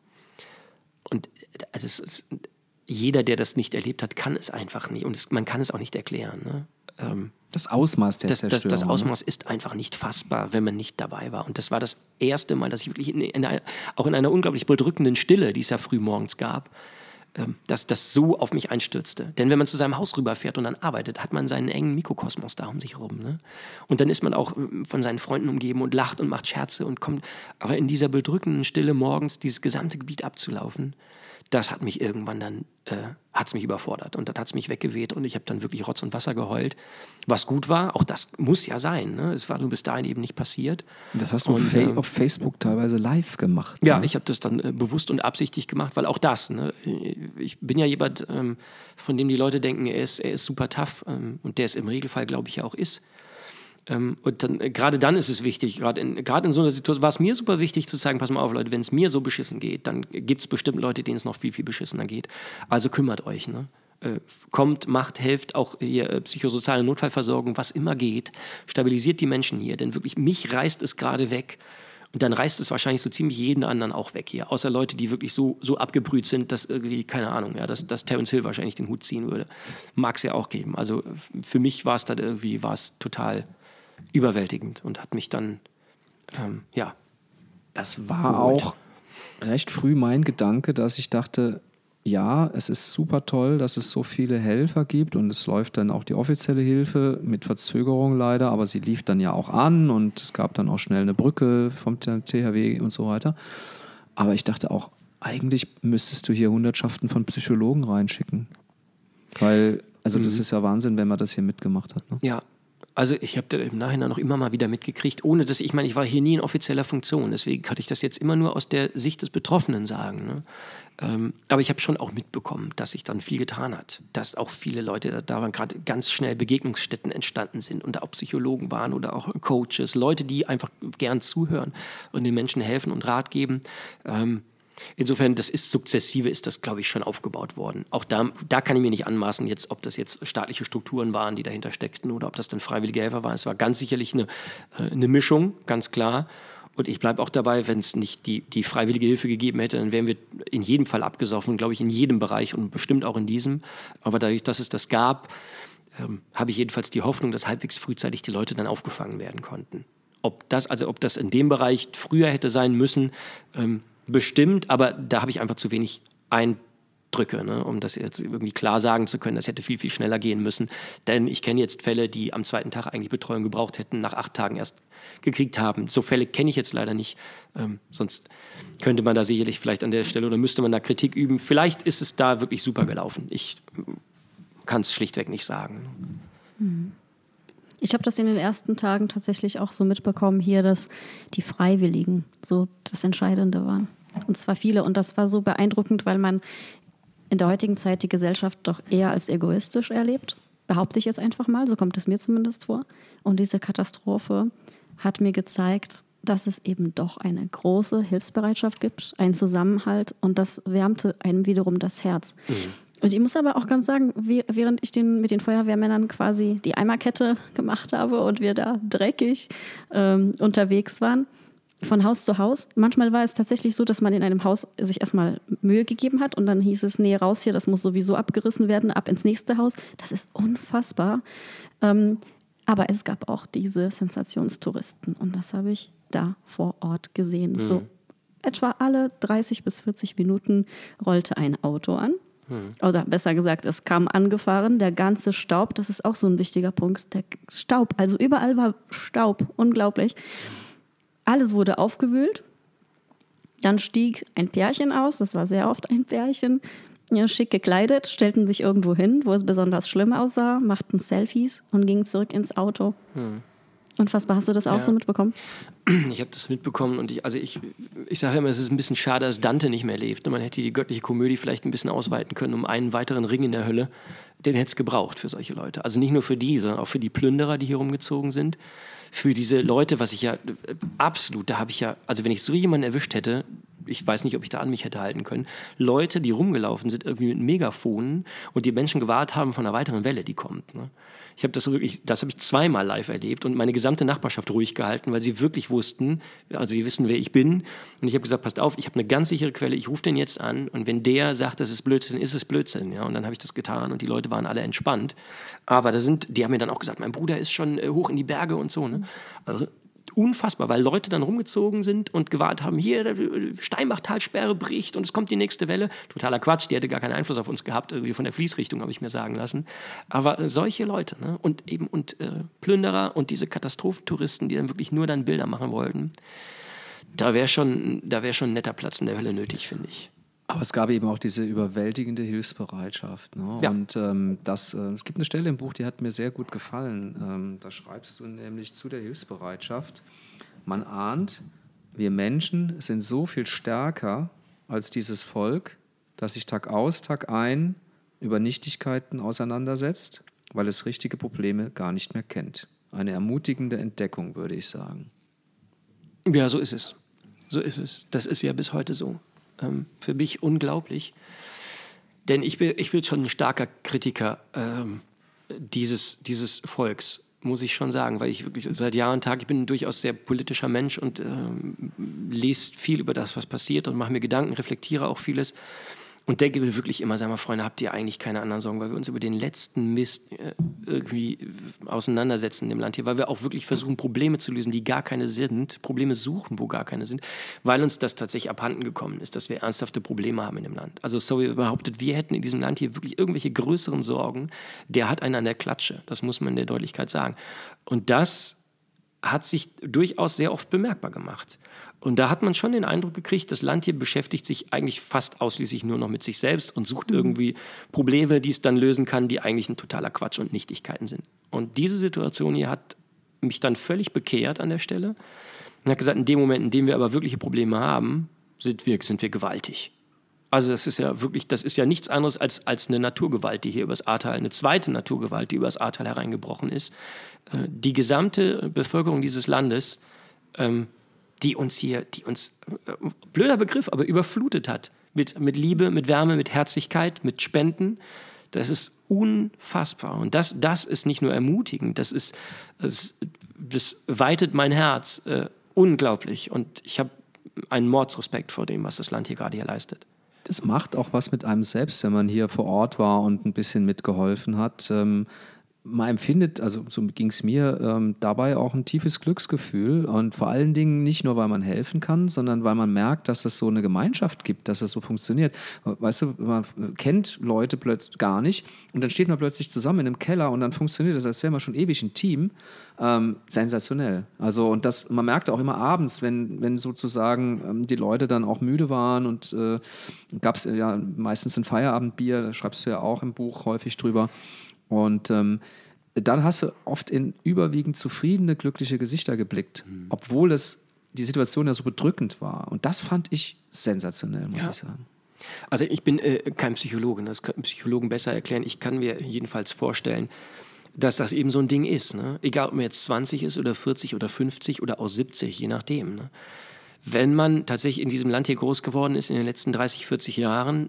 Und also es ist, jeder, der das nicht erlebt hat, kann es einfach nicht. Und es, man kann es auch nicht erklären, ne? Ähm, Das Ausmaß der das, Zerstörung. Das, das Ausmaß ist einfach nicht fassbar, wenn man nicht dabei war. Und das war das erste Mal, dass ich wirklich in, in einer, auch in einer unglaublich bedrückenden Stille, die es ja früh morgens gab, ähm, dass das so auf mich einstürzte. Denn wenn man zu seinem Haus rüberfährt und dann arbeitet, hat man seinen engen Mikrokosmos da um sich herum. Ne? Und dann ist man auch von seinen Freunden umgeben und lacht und macht Scherze und kommt. Aber in dieser bedrückenden Stille morgens dieses gesamte Gebiet abzulaufen, das hat mich irgendwann dann, äh, hat es mich überfordert und dann hat es mich weggeweht und ich habe dann wirklich Rotz und Wasser geheult, was gut war, auch das muss ja sein, ne? Es war nur bis dahin eben nicht passiert. Das hast du und, fa- äh, auf Facebook teilweise live gemacht. Ja, ne? ich habe das dann äh, bewusst und absichtlich gemacht, weil auch das, ne? Ich bin ja jemand, ähm, von dem die Leute denken, er ist, er ist super tough ähm, und der es im Regelfall, glaube ich, ja auch ist. Ähm, und dann, äh, gerade dann ist es wichtig, gerade in, gerade in so einer Situation war es mir super wichtig zu sagen, pass mal auf Leute, wenn es mir so beschissen geht, dann gibt es bestimmt Leute, denen es noch viel, viel beschissener geht. Also kümmert euch, ne? Äh, kommt, macht, helft auch hier äh, psychosoziale Notfallversorgung, was immer geht, stabilisiert die Menschen hier, denn wirklich mich reißt es gerade weg und dann reißt es wahrscheinlich so ziemlich jeden anderen auch weg hier, außer Leute, die wirklich so, so abgebrüht sind, dass irgendwie, keine Ahnung, ja, dass, dass Terence Hill wahrscheinlich den Hut ziehen würde. Mag es ja auch geben. Also für mich war es dann irgendwie, war es total überwältigend und hat mich dann, ähm, ja. Das war geholt. Auch recht früh mein Gedanke, dass ich dachte, ja, es ist super toll, dass es so viele Helfer gibt und es läuft dann auch die offizielle Hilfe mit Verzögerung leider, aber sie lief dann ja auch an und es gab dann auch schnell eine Brücke vom T H W und so weiter. Aber ich dachte auch, eigentlich müsstest du hier Hundertschaften von Psychologen reinschicken. Weil, also mhm. das ist ja Wahnsinn, wenn man das hier mitgemacht hat. Ne? Ja. Also ich habe da im Nachhinein noch immer mal wieder mitgekriegt, ohne dass, ich meine, ich war hier nie in offizieller Funktion, deswegen kann ich das jetzt immer nur aus der Sicht des Betroffenen sagen. Ne? Ähm, aber ich habe schon auch mitbekommen, dass sich dann viel getan hat, dass auch viele Leute da, da waren, gerade ganz schnell Begegnungsstätten entstanden sind und da auch Psychologen waren oder auch Coaches, Leute, die einfach gern zuhören und den Menschen helfen und Rat geben. Ähm, Insofern, das ist sukzessive, ist das, glaube ich, schon aufgebaut worden. Auch da, da kann ich mir nicht anmaßen, jetzt, ob das jetzt staatliche Strukturen waren, die dahinter steckten oder ob das dann freiwillige Helfer waren. Es war ganz sicherlich eine, eine Mischung, ganz klar. Und ich bleibe auch dabei, wenn es nicht die, die freiwillige Hilfe gegeben hätte, dann wären wir in jedem Fall abgesoffen, glaube ich, in jedem Bereich und bestimmt auch in diesem. Aber dadurch, dass es das gab, ähm, habe ich jedenfalls die Hoffnung, dass halbwegs frühzeitig die Leute dann aufgefangen werden konnten. Ob das, also ob das in dem Bereich früher hätte sein müssen, ähm, bestimmt, aber da habe ich einfach zu wenig Eindrücke, ne, um das jetzt irgendwie klar sagen zu können. Das hätte viel, viel schneller gehen müssen. Denn ich kenne jetzt Fälle, die am zweiten Tag eigentlich Betreuung gebraucht hätten, nach acht Tagen erst gekriegt haben. So Fälle kenne ich jetzt leider nicht. Ähm, sonst könnte man da sicherlich vielleicht an der Stelle oder müsste man da Kritik üben. Vielleicht ist es da wirklich super gelaufen. Ich kann es schlichtweg nicht sagen. Mhm. Ich habe das in den ersten Tagen tatsächlich auch so mitbekommen hier, dass die Freiwilligen so das Entscheidende waren. Und zwar viele. Und das war so beeindruckend, weil man in der heutigen Zeit die Gesellschaft doch eher als egoistisch erlebt. Behaupte ich jetzt einfach mal, so kommt es mir zumindest vor. Und diese Katastrophe hat mir gezeigt, dass es eben doch eine große Hilfsbereitschaft gibt, einen Zusammenhalt. Und das wärmte einem wiederum das Herz. Mhm. Und ich muss aber auch ganz sagen, wie, während ich den, mit den Feuerwehrmännern quasi die Eimerkette gemacht habe und wir da dreckig ähm, unterwegs waren, von Haus zu Haus. Manchmal war es tatsächlich so, dass man in einem Haus sich erstmal Mühe gegeben hat und dann hieß es, nee, raus hier, das muss sowieso abgerissen werden, ab ins nächste Haus. Das ist unfassbar. Ähm, aber es gab auch diese Sensationstouristen und das habe ich da vor Ort gesehen. Mhm. So etwa alle dreißig bis vierzig Minuten rollte ein Auto an. Mhm. Oder besser gesagt, es kam angefahren, der ganze Staub, das ist auch so ein wichtiger Punkt, der Staub, also überall war Staub, unglaublich. Alles wurde aufgewühlt. Dann stieg ein Pärchen aus, das war sehr oft ein Pärchen, ja, schick gekleidet, stellten sich irgendwo hin, wo es besonders schlimm aussah, machten Selfies und gingen zurück ins Auto. Hm. Unfassbar, hast du das auch ja. so mitbekommen? Ich habe das mitbekommen und ich, also ich, ich sage immer, es ist ein bisschen schade, dass Dante nicht mehr lebt. Man hätte die göttliche Komödie vielleicht ein bisschen ausweiten können um einen weiteren Ring in der Hölle. Den hätte es gebraucht für solche Leute. Also nicht nur für die, sondern auch für die Plünderer, die hier rumgezogen sind. Für diese Leute, was ich ja absolut, da habe ich ja, also wenn ich so jemanden erwischt hätte, ich weiß nicht, ob ich da an mich hätte halten können, Leute, die rumgelaufen sind, irgendwie mit Megafonen und die Menschen gewarnt haben von einer weiteren Welle, die kommt. Ne? Ich habe das wirklich, das habe ich zweimal live erlebt und meine gesamte Nachbarschaft ruhig gehalten, weil sie wirklich wussten, also sie wissen, wer ich bin. Und ich habe gesagt, passt auf, ich habe eine ganz sichere Quelle, ich rufe den jetzt an und wenn der sagt, das ist Blödsinn, ist es Blödsinn. Ja? Und dann habe ich das getan und die Leute waren alle entspannt. Aber da sind, die haben mir dann auch gesagt, mein Bruder ist schon hoch in die Berge und so. Ne? Also unfassbar, weil Leute dann rumgezogen sind und gewartet haben, hier, Steinbachtalsperre bricht und es kommt die nächste Welle. Totaler Quatsch, die hätte gar keinen Einfluss auf uns gehabt, irgendwie von der Fließrichtung, habe ich mir sagen lassen. Aber äh, solche Leute, ne? und eben und äh, Plünderer und diese Katastrophentouristen, die dann wirklich nur dann Bilder machen wollten, da wäre schon, da wäre schon ein netter Platz in der Hölle nötig, finde ich. Aber es gab eben auch diese überwältigende Hilfsbereitschaft. Ne? Ja. Und ähm, das, äh, es gibt eine Stelle im Buch, die hat mir sehr gut gefallen. Ähm, da schreibst du nämlich zu der Hilfsbereitschaft: Man ahnt, wir Menschen sind so viel stärker als dieses Volk, das sich Tag aus, Tag ein über Nichtigkeiten auseinandersetzt, weil es richtige Probleme gar nicht mehr kennt. Eine ermutigende Entdeckung, würde ich sagen. Ja, so ist es. So ist es. Das ist ja bis heute so. Für mich unglaublich. Denn ich bin, ich bin schon ein starker Kritiker ähm, dieses, dieses Volks, muss ich schon sagen, weil ich wirklich seit Jahr und Tag, ich bin ein durchaus sehr politischer Mensch und ähm, lese viel über das, was passiert und mache mir Gedanken, reflektiere auch vieles. Und denke mir wirklich immer, sagen wir, Freunde, habt ihr eigentlich keine anderen Sorgen, weil wir uns über den letzten Mist äh, irgendwie auseinandersetzen in dem Land hier, weil wir auch wirklich versuchen, Probleme zu lösen, die gar keine sind, Probleme suchen, wo gar keine sind, weil uns das tatsächlich abhanden gekommen ist, dass wir ernsthafte Probleme haben in dem Land. Also sorry, behauptet, wir hätten in diesem Land hier wirklich irgendwelche größeren Sorgen, der hat einen an der Klatsche, das muss man in der Deutlichkeit sagen. Und das hat sich durchaus sehr oft bemerkbar gemacht. Und da hat man schon den Eindruck gekriegt, das Land hier beschäftigt sich eigentlich fast ausschließlich nur noch mit sich selbst und sucht irgendwie Probleme, die es dann lösen kann, die eigentlich ein totaler Quatsch und Nichtigkeiten sind. Und diese Situation hier hat mich dann völlig bekehrt an der Stelle und hat gesagt, in dem Moment, in dem wir aber wirkliche Probleme haben, sind wir, sind wir gewaltig. Also das ist ja wirklich, das ist ja nichts anderes als, als eine Naturgewalt, die hier übers Ahrtal, eine zweite Naturgewalt, die übers Ahrtal hereingebrochen ist. Die gesamte Bevölkerung dieses Landes, ähm, die uns hier, die uns, äh, blöder Begriff, aber überflutet hat. Mit, mit Liebe, mit Wärme, mit Herzlichkeit, mit Spenden. Das ist unfassbar. Und das, das ist nicht nur ermutigend, das ist, das, das weitet mein Herz äh, unglaublich. Und ich habe einen Mordsrespekt vor dem, was das Land hier gerade hier leistet. Das macht auch was mit einem selbst, wenn man hier vor Ort war und ein bisschen mitgeholfen hat. Ähm, Man empfindet, also so ging es mir, ähm, dabei auch ein tiefes Glücksgefühl und vor allen Dingen nicht nur, weil man helfen kann, sondern weil man merkt, dass es so eine Gemeinschaft gibt, dass es so funktioniert. Weißt du, man kennt Leute plötzlich gar nicht und dann steht man plötzlich zusammen in einem Keller und dann funktioniert das, als wäre man schon ewig ein Team. Ähm, sensationell. Also und das, man merkt auch immer abends, wenn, wenn sozusagen ähm, die Leute dann auch müde waren und äh, gab es ja meistens ein Feierabendbier, da schreibst du ja auch im Buch häufig drüber. Und ähm, dann hast du oft in überwiegend zufriedene, glückliche Gesichter geblickt, mhm. obwohl es die Situation ja so bedrückend war. Und das fand ich sensationell, muss ja. ich sagen. Also ich bin äh, kein Psychologe, das könnten Psychologen besser erklären. Ich kann mir jedenfalls vorstellen, dass das eben so ein Ding ist. Ne? Egal, ob man jetzt zwanzig ist oder vierzig oder fünfzig oder auch siebzig, je nachdem. Ne? Wenn man tatsächlich in diesem Land hier groß geworden ist in den letzten dreißig, vierzig Jahren,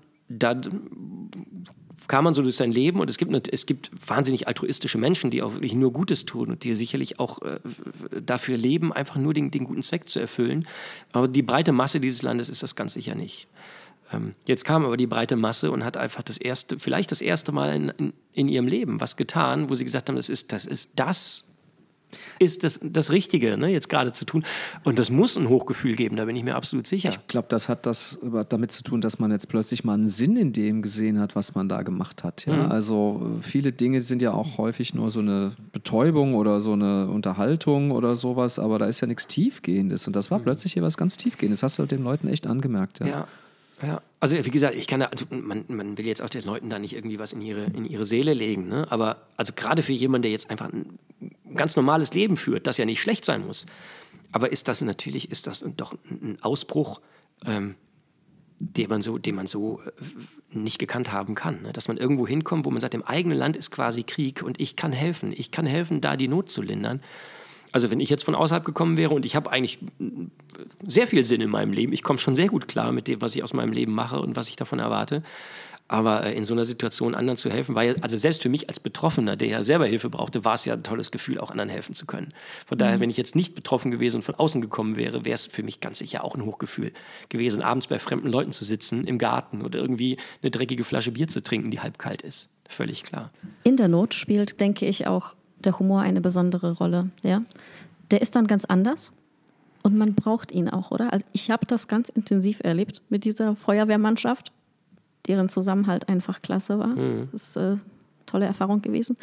dann kam man so durch sein Leben und es gibt, es gibt wahnsinnig altruistische Menschen, die auch wirklich nur Gutes tun und die sicherlich auch äh, dafür leben, einfach nur den, den guten Zweck zu erfüllen. Aber die breite Masse dieses Landes ist das ganz sicher nicht. Ähm, jetzt kam aber die breite Masse und hat einfach das erste, vielleicht das erste Mal in, in, in ihrem Leben was getan, wo sie gesagt haben, das ist das, ist das ist das, das Richtige, ne, jetzt gerade zu tun. Und das muss ein Hochgefühl geben, da bin ich mir absolut sicher. Ich glaube, das hat das damit zu tun, dass man jetzt plötzlich mal einen Sinn in dem gesehen hat, was man da gemacht hat. Ja? Mhm. Also viele Dinge sind ja auch häufig nur so eine Betäubung oder so eine Unterhaltung oder sowas, aber da ist ja nichts Tiefgehendes. Und das war mhm. plötzlich hier was ganz Tiefgehendes. Das hast du den Leuten echt angemerkt. Ja. ja. Ja, also wie gesagt, ich kann da, also man, man will jetzt auch den Leuten da nicht irgendwie was in ihre, in ihre Seele legen, ne? Aber also gerade für jemanden, der jetzt einfach ein ganz normales Leben führt, das ja nicht schlecht sein muss, aber ist das natürlich, ist das doch ein Ausbruch, ähm, den man so, den man so äh, nicht gekannt haben kann, ne? Dass man irgendwo hinkommt, wo man sagt, im eigenen Land ist quasi Krieg und ich kann helfen, ich kann helfen, da die Not zu lindern. Also wenn ich jetzt von außerhalb gekommen wäre und ich habe eigentlich sehr viel Sinn in meinem Leben, ich komme schon sehr gut klar mit dem, was ich aus meinem Leben mache und was ich davon erwarte, aber in so einer Situation anderen zu helfen, war ja, also selbst für mich als Betroffener, der ja selber Hilfe brauchte, war es ja ein tolles Gefühl, auch anderen helfen zu können. Von daher, wenn ich jetzt nicht betroffen gewesen und von außen gekommen wäre, wäre es für mich ganz sicher auch ein Hochgefühl gewesen, abends bei fremden Leuten zu sitzen im Garten oder irgendwie eine dreckige Flasche Bier zu trinken, die halb kalt ist. Völlig klar. In der Not spielt, denke ich, auch der Humor eine besondere Rolle. Ja? Der ist dann ganz anders und man braucht ihn auch, oder? Also ich habe das ganz intensiv erlebt mit dieser Feuerwehrmannschaft, deren Zusammenhalt einfach klasse war. Mhm. Das ist eine tolle Erfahrung gewesen.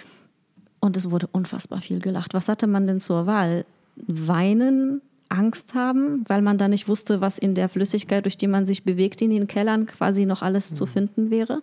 Und es wurde unfassbar viel gelacht. Was hatte man denn zur Wahl? Weinen, Angst haben, weil man da nicht wusste, was in der Flüssigkeit, durch die man sich bewegt, in den Kellern quasi noch alles mhm. zu finden wäre.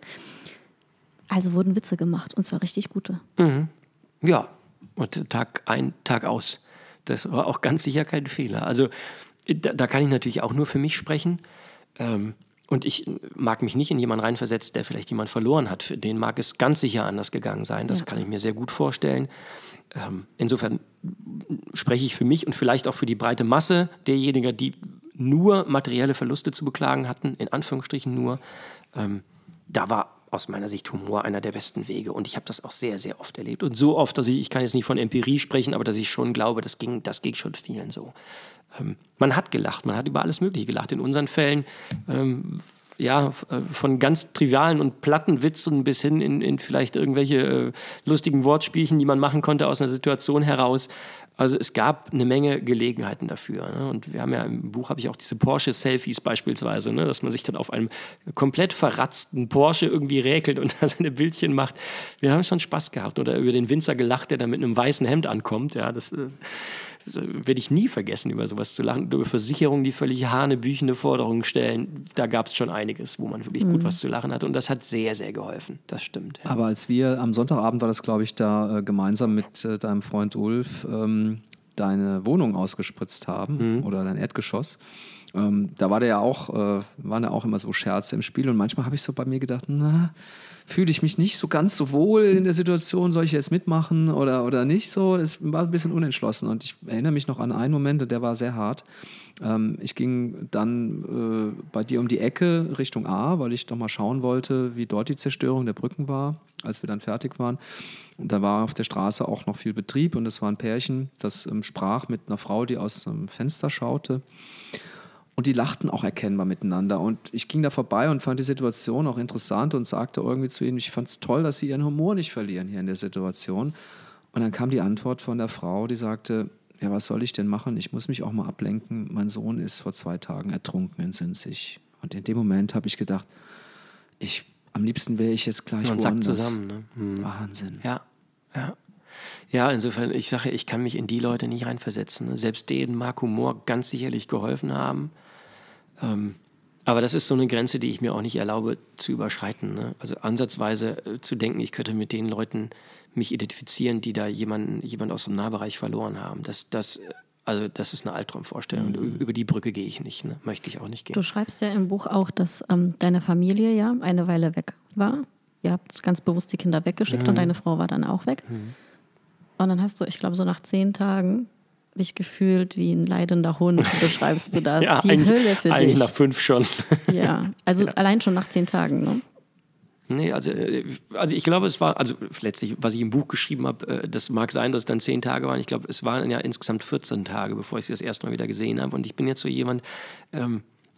Also wurden Witze gemacht und zwar richtig gute. Mhm. Ja, und Tag ein, Tag aus. Das war auch ganz sicher kein Fehler. Also da, da kann ich natürlich auch nur für mich sprechen. Ähm, und ich mag mich nicht in jemanden reinversetzen, der vielleicht jemand verloren hat. Für den mag es ganz sicher anders gegangen sein. Das ja. kann ich mir sehr gut vorstellen. Ähm, insofern spreche ich für mich und vielleicht auch für die breite Masse derjenigen, die nur materielle Verluste zu beklagen hatten, in Anführungsstrichen nur. Ähm, da war aus meiner Sicht Humor einer der besten Wege. Und ich habe das auch sehr, sehr oft erlebt. Und so oft, dass ich, ich kann jetzt nicht von Empirie sprechen, aber dass ich schon glaube, das ging, das ging schon vielen so. Ähm, man hat gelacht, man hat über alles Mögliche gelacht. In unseren Fällen, ähm, ja, von ganz trivialen und platten Witzen bis hin in, in vielleicht irgendwelche äh, lustigen Wortspielchen, die man machen konnte aus einer Situation heraus. Also es gab eine Menge Gelegenheiten dafür. Ne? Und wir haben ja im Buch habe ich auch diese Porsche-Selfies beispielsweise, ne? Dass man sich dann auf einem komplett verratzten Porsche irgendwie räkelt und da seine Bildchen macht. Wir haben schon Spaß gehabt. Oder über den Winzer gelacht, der da mit einem weißen Hemd ankommt. Ja, das, das werde ich nie vergessen, über sowas zu lachen. Über Versicherungen, die völlig hanebüchende Forderungen stellen. Da gab es schon einiges, wo man wirklich mhm. gut was zu lachen hat. Und das hat sehr, sehr geholfen. Das stimmt. Ja. Aber als wir am Sonntagabend, war das glaube ich da äh, gemeinsam mit äh, deinem Freund Ulf, ähm, deine Wohnung ausgespritzt haben mhm. oder dein Erdgeschoss, ähm, da war der ja auch, äh, waren ja auch immer so Scherze im Spiel und manchmal habe ich so bei mir gedacht, na, fühle ich mich nicht so ganz so wohl in der Situation, soll ich jetzt mitmachen oder, oder nicht so, das war ein bisschen unentschlossen und ich erinnere mich noch an einen Moment, der war sehr hart. Ähm, ich ging dann äh, bei dir um die Ecke Richtung A, weil ich doch mal schauen wollte, wie dort die Zerstörung der Brücken war, als wir dann fertig waren. Und da war auf der Straße auch noch viel Betrieb und es war ein Pärchen, das ähm, sprach mit einer Frau, die aus einem Fenster schaute. Und die lachten auch erkennbar miteinander. Und ich ging da vorbei und fand die Situation auch interessant und sagte irgendwie zu ihnen, ich fand es toll, dass sie ihren Humor nicht verlieren hier in der Situation. Und dann kam die Antwort von der Frau, die sagte, ja, was soll ich denn machen? Ich muss mich auch mal ablenken. Mein Sohn ist vor zwei Tagen ertrunken in Sinzig. Und in dem Moment habe ich gedacht, ich, am liebsten wäre ich jetzt gleich Man woanders. sagt zusammen, ne? Hm. Wahnsinn. Ja, ja. Ja, insofern, ich sage, ich kann mich in die Leute nicht reinversetzen. Selbst denen mag Humor ganz sicherlich geholfen haben. Ähm, aber das ist so eine Grenze, die ich mir auch nicht erlaube zu überschreiten. Ne? Also ansatzweise äh, zu denken, ich könnte mit den Leuten mich identifizieren, die da jemanden, jemand aus dem Nahbereich verloren haben. Das, das, also das ist eine Albtraumvorstellung. Mhm. Über die Brücke gehe ich nicht, ne? Möchte ich auch nicht gehen. Du schreibst ja im Buch auch, dass ähm, deine Familie ja eine Weile weg war. Ihr habt ganz bewusst die Kinder weggeschickt mhm. und deine Frau war dann auch weg. Mhm. Und dann hast du, ich glaube, so nach zehn Tagen dich gefühlt wie ein leidender Hund, beschreibst du das. Ja, die Hölle für eigentlich dich. nach fünf schon. Ja, also ja. Allein schon nach zehn Tagen, ne? Nee, also, also ich glaube, es war, also letztlich, was ich im Buch geschrieben habe, das mag sein, dass es dann zehn Tage waren. Ich glaube, es waren ja insgesamt vierzehn Tage, bevor ich sie das erste Mal wieder gesehen habe. Und ich bin jetzt so jemand, ähm,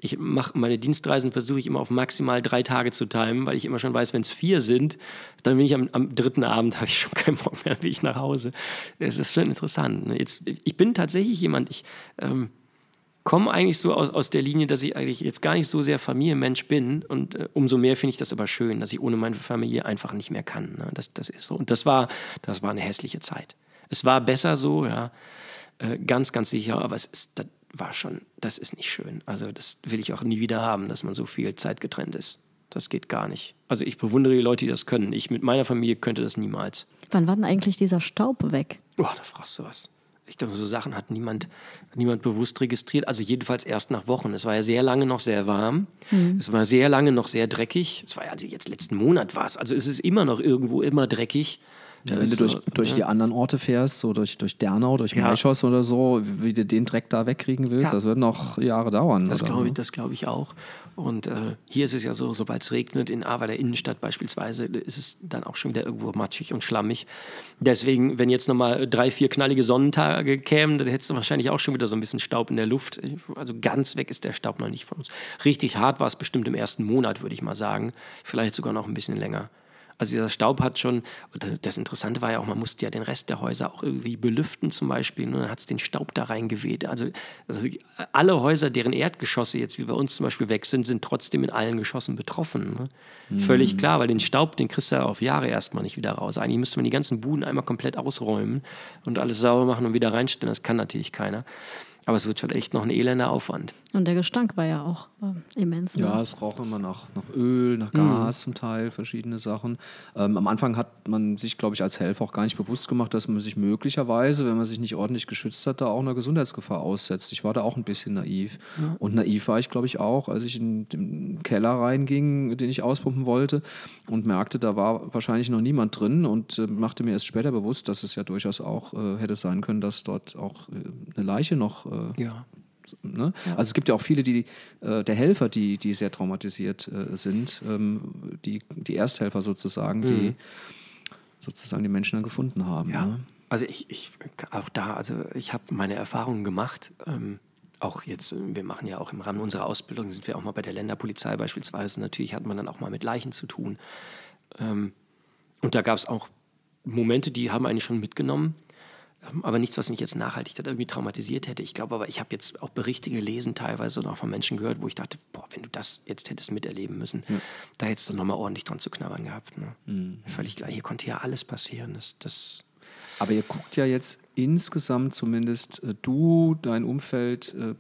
ich mache meine Dienstreisen, versuche ich immer auf maximal drei Tage zu timen, weil ich immer schon weiß, wenn es vier sind, dann bin ich am, am dritten Abend, habe ich schon keinen Bock mehr, dann bin ich nach Hause. Es ist schon interessant. Ne? Jetzt, ich bin tatsächlich jemand, ich ähm, komme eigentlich so aus, aus der Linie, dass ich eigentlich jetzt gar nicht so sehr Familienmensch bin und äh, umso mehr finde ich das aber schön, dass ich ohne meine Familie einfach nicht mehr kann. Ne? Das, das ist so. Und das war, das war eine hässliche Zeit. Es war besser so, ja, äh, ganz, ganz sicher, aber es ist, das war schon, das ist nicht schön. Also das will ich auch nie wieder haben, dass man so viel Zeit getrennt ist. Das geht gar nicht. Also ich bewundere die Leute, die das können. Ich mit meiner Familie könnte das niemals. Wann war denn eigentlich dieser Staub weg? Oh, da fragst du was. Ich glaube, so Sachen hat niemand, niemand bewusst registriert. Also jedenfalls erst nach Wochen. Es war ja sehr lange noch sehr warm. Mhm. Es war sehr lange noch sehr dreckig. Es war ja also jetzt letzten Monat war es. Also es ist immer noch irgendwo immer dreckig. Ja, wenn du durch, durch ja. die anderen Orte fährst, so durch, durch Dernau, durch ja. Maischos oder so, wie du den Dreck da wegkriegen willst, ja. das wird noch Jahre dauern. Das glaube ich, das glaube ich auch. Und äh, hier ist es ja so, sobald es regnet, in Ahrweiler der Innenstadt beispielsweise, ist es dann auch schon wieder irgendwo matschig und schlammig. Deswegen, wenn jetzt nochmal drei, vier knallige Sonnentage kämen, dann hättest du wahrscheinlich auch schon wieder so ein bisschen Staub in der Luft. Also ganz weg ist der Staub noch nicht von uns. Richtig hart war es bestimmt im ersten Monat, würde ich mal sagen. Vielleicht sogar noch ein bisschen länger. Also dieser Staub hat schon, das Interessante war ja auch, man musste ja den Rest der Häuser auch irgendwie belüften zum Beispiel, und dann hat es den Staub da reingeweht. Also, also alle Häuser, deren Erdgeschosse jetzt wie bei uns zum Beispiel weg sind, sind trotzdem in allen Geschossen betroffen. Ne? Mhm. Völlig klar, weil den Staub, den kriegst du ja auf Jahre erstmal nicht wieder raus. Eigentlich müsste man die ganzen Buden einmal komplett ausräumen und alles sauber machen und wieder reinstellen. Das kann natürlich keiner. Aber es wird schon echt noch ein elender Aufwand. Und der Gestank war ja auch äh, immens. Ne? Ja, es roch immer nach, nach Öl, nach Gas mhm. zum Teil, verschiedene Sachen. Ähm, am Anfang hat man sich, glaube ich, als Helfer auch gar nicht bewusst gemacht, dass man sich möglicherweise, wenn man sich nicht ordentlich geschützt hat, da auch einer Gesundheitsgefahr aussetzt. Ich war da auch ein bisschen naiv. Ja. Und naiv war ich, glaube ich, auch, als ich in den Keller reinging, den ich auspumpen wollte und merkte, da war wahrscheinlich noch niemand drin und äh, machte mir erst später bewusst, dass es ja durchaus auch äh, hätte sein können, dass dort auch äh, eine Leiche noch äh, ja. Ne? Ja. Also es gibt ja auch viele, die äh, der Helfer, die, die sehr traumatisiert äh, sind, ähm, die, die Ersthelfer sozusagen, mhm. die sozusagen die Menschen dann gefunden haben. Ja. Ne? Also ich, ich auch da, also ich habe meine Erfahrungen gemacht, ähm, auch jetzt, wir machen ja auch im Rahmen unserer Ausbildung, sind wir auch mal bei der Länderpolizei beispielsweise, natürlich hat man dann auch mal mit Leichen zu tun. Ähm, und da gab es auch Momente, die haben eigentlich schon mitgenommen, aber nichts, was mich jetzt nachhaltig irgendwie traumatisiert hätte. Ich glaube aber, ich habe jetzt auch Berichte gelesen teilweise und auch von Menschen gehört, wo ich dachte, boah, wenn du das jetzt hättest miterleben müssen, ja. da hättest du nochmal ordentlich dran zu knabbern gehabt. Ne? Mhm. Völlig klar, hier konnte ja alles passieren. Das, das aber ihr guckt ja jetzt insgesamt zumindest, äh, du, dein Umfeld, äh,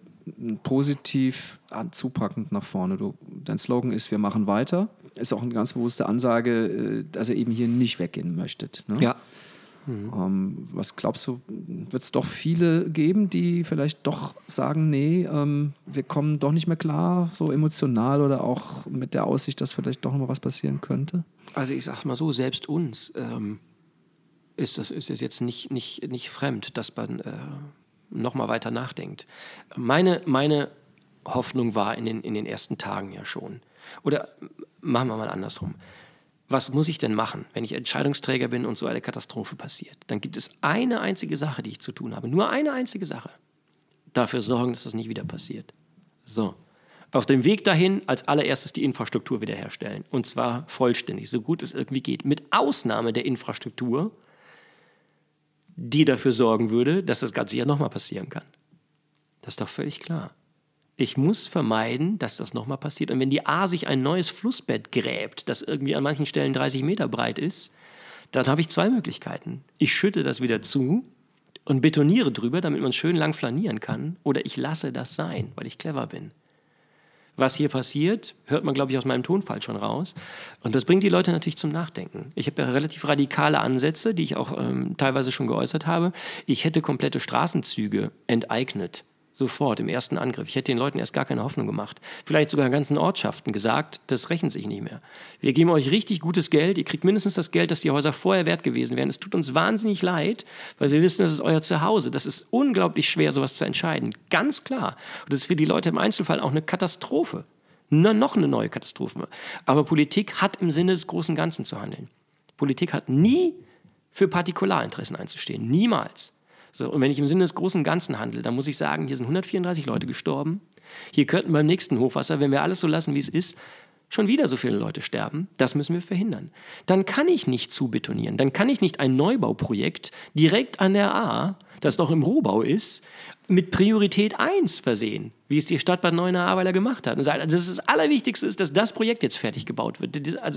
positiv zupackend nach vorne. Du, dein Slogan ist, wir machen weiter. Ist auch eine ganz bewusste Ansage, äh, dass ihr eben hier nicht weggehen möchtet. Ne? Ja. Mhm. Ähm, was glaubst du, wird es doch viele geben, die vielleicht doch sagen, nee, ähm, wir kommen doch nicht mehr klar, so emotional oder auch mit der Aussicht, dass vielleicht doch noch mal was passieren könnte? Also ich sag mal so, selbst uns ähm, ist das ist das jetzt nicht, nicht, nicht fremd, dass man äh, noch mal weiter nachdenkt. Meine, meine Hoffnung war in den, in den ersten Tagen ja schon. Oder machen wir mal andersrum. Was muss ich denn machen, wenn ich Entscheidungsträger bin und so eine Katastrophe passiert? Dann gibt es eine einzige Sache, die ich zu tun habe. Nur eine einzige Sache. Dafür sorgen, dass das nicht wieder passiert. So. Auf dem Weg dahin als allererstes die Infrastruktur wiederherstellen. Und zwar vollständig, so gut es irgendwie geht. Mit Ausnahme der Infrastruktur, die dafür sorgen würde, dass das Ganze ja nochmal passieren kann. Das ist doch völlig klar. Ich muss vermeiden, dass das nochmal passiert. Und wenn die A sich ein neues Flussbett gräbt, das irgendwie an manchen Stellen dreißig Meter breit ist, dann habe ich zwei Möglichkeiten. Ich schütte das wieder zu und betoniere drüber, damit man schön lang flanieren kann. Oder ich lasse das sein, weil ich clever bin. Was hier passiert, hört man, glaube ich, aus meinem Tonfall schon raus. Und das bringt die Leute natürlich zum Nachdenken. Ich habe ja relativ radikale Ansätze, die ich auch ähm, teilweise schon geäußert habe. Ich hätte komplette Straßenzüge enteignet. Sofort, im ersten Angriff. Ich hätte den Leuten erst gar keine Hoffnung gemacht. Vielleicht sogar ganzen Ortschaften gesagt, das rechnet sich nicht mehr. Wir geben euch richtig gutes Geld, ihr kriegt mindestens das Geld, das die Häuser vorher wert gewesen wären. Es tut uns wahnsinnig leid, weil wir wissen, das ist euer Zuhause. Das ist unglaublich schwer, sowas zu entscheiden. Ganz klar. Und das ist für die Leute im Einzelfall auch eine Katastrophe. Na, noch eine neue Katastrophe. Aber Politik hat im Sinne des großen Ganzen zu handeln. Politik hat nie für Partikularinteressen einzustehen. Niemals. So, und wenn ich im Sinne des großen Ganzen handle, dann muss ich sagen, hier sind hundertvierunddreißig Leute gestorben. Hier könnten beim nächsten Hochwasser, wenn wir alles so lassen, wie es ist, schon wieder so viele Leute sterben. Das müssen wir verhindern. Dann kann ich nicht zubetonieren. Dann kann ich nicht ein Neubauprojekt direkt an der A, das noch im Rohbau ist, mit Priorität eins versehen, wie es die Stadt Bad Neuenahr-Ahrweiler gemacht hat. Und sagen, das, ist das Allerwichtigste ist, dass das Projekt jetzt fertig gebaut wird. Also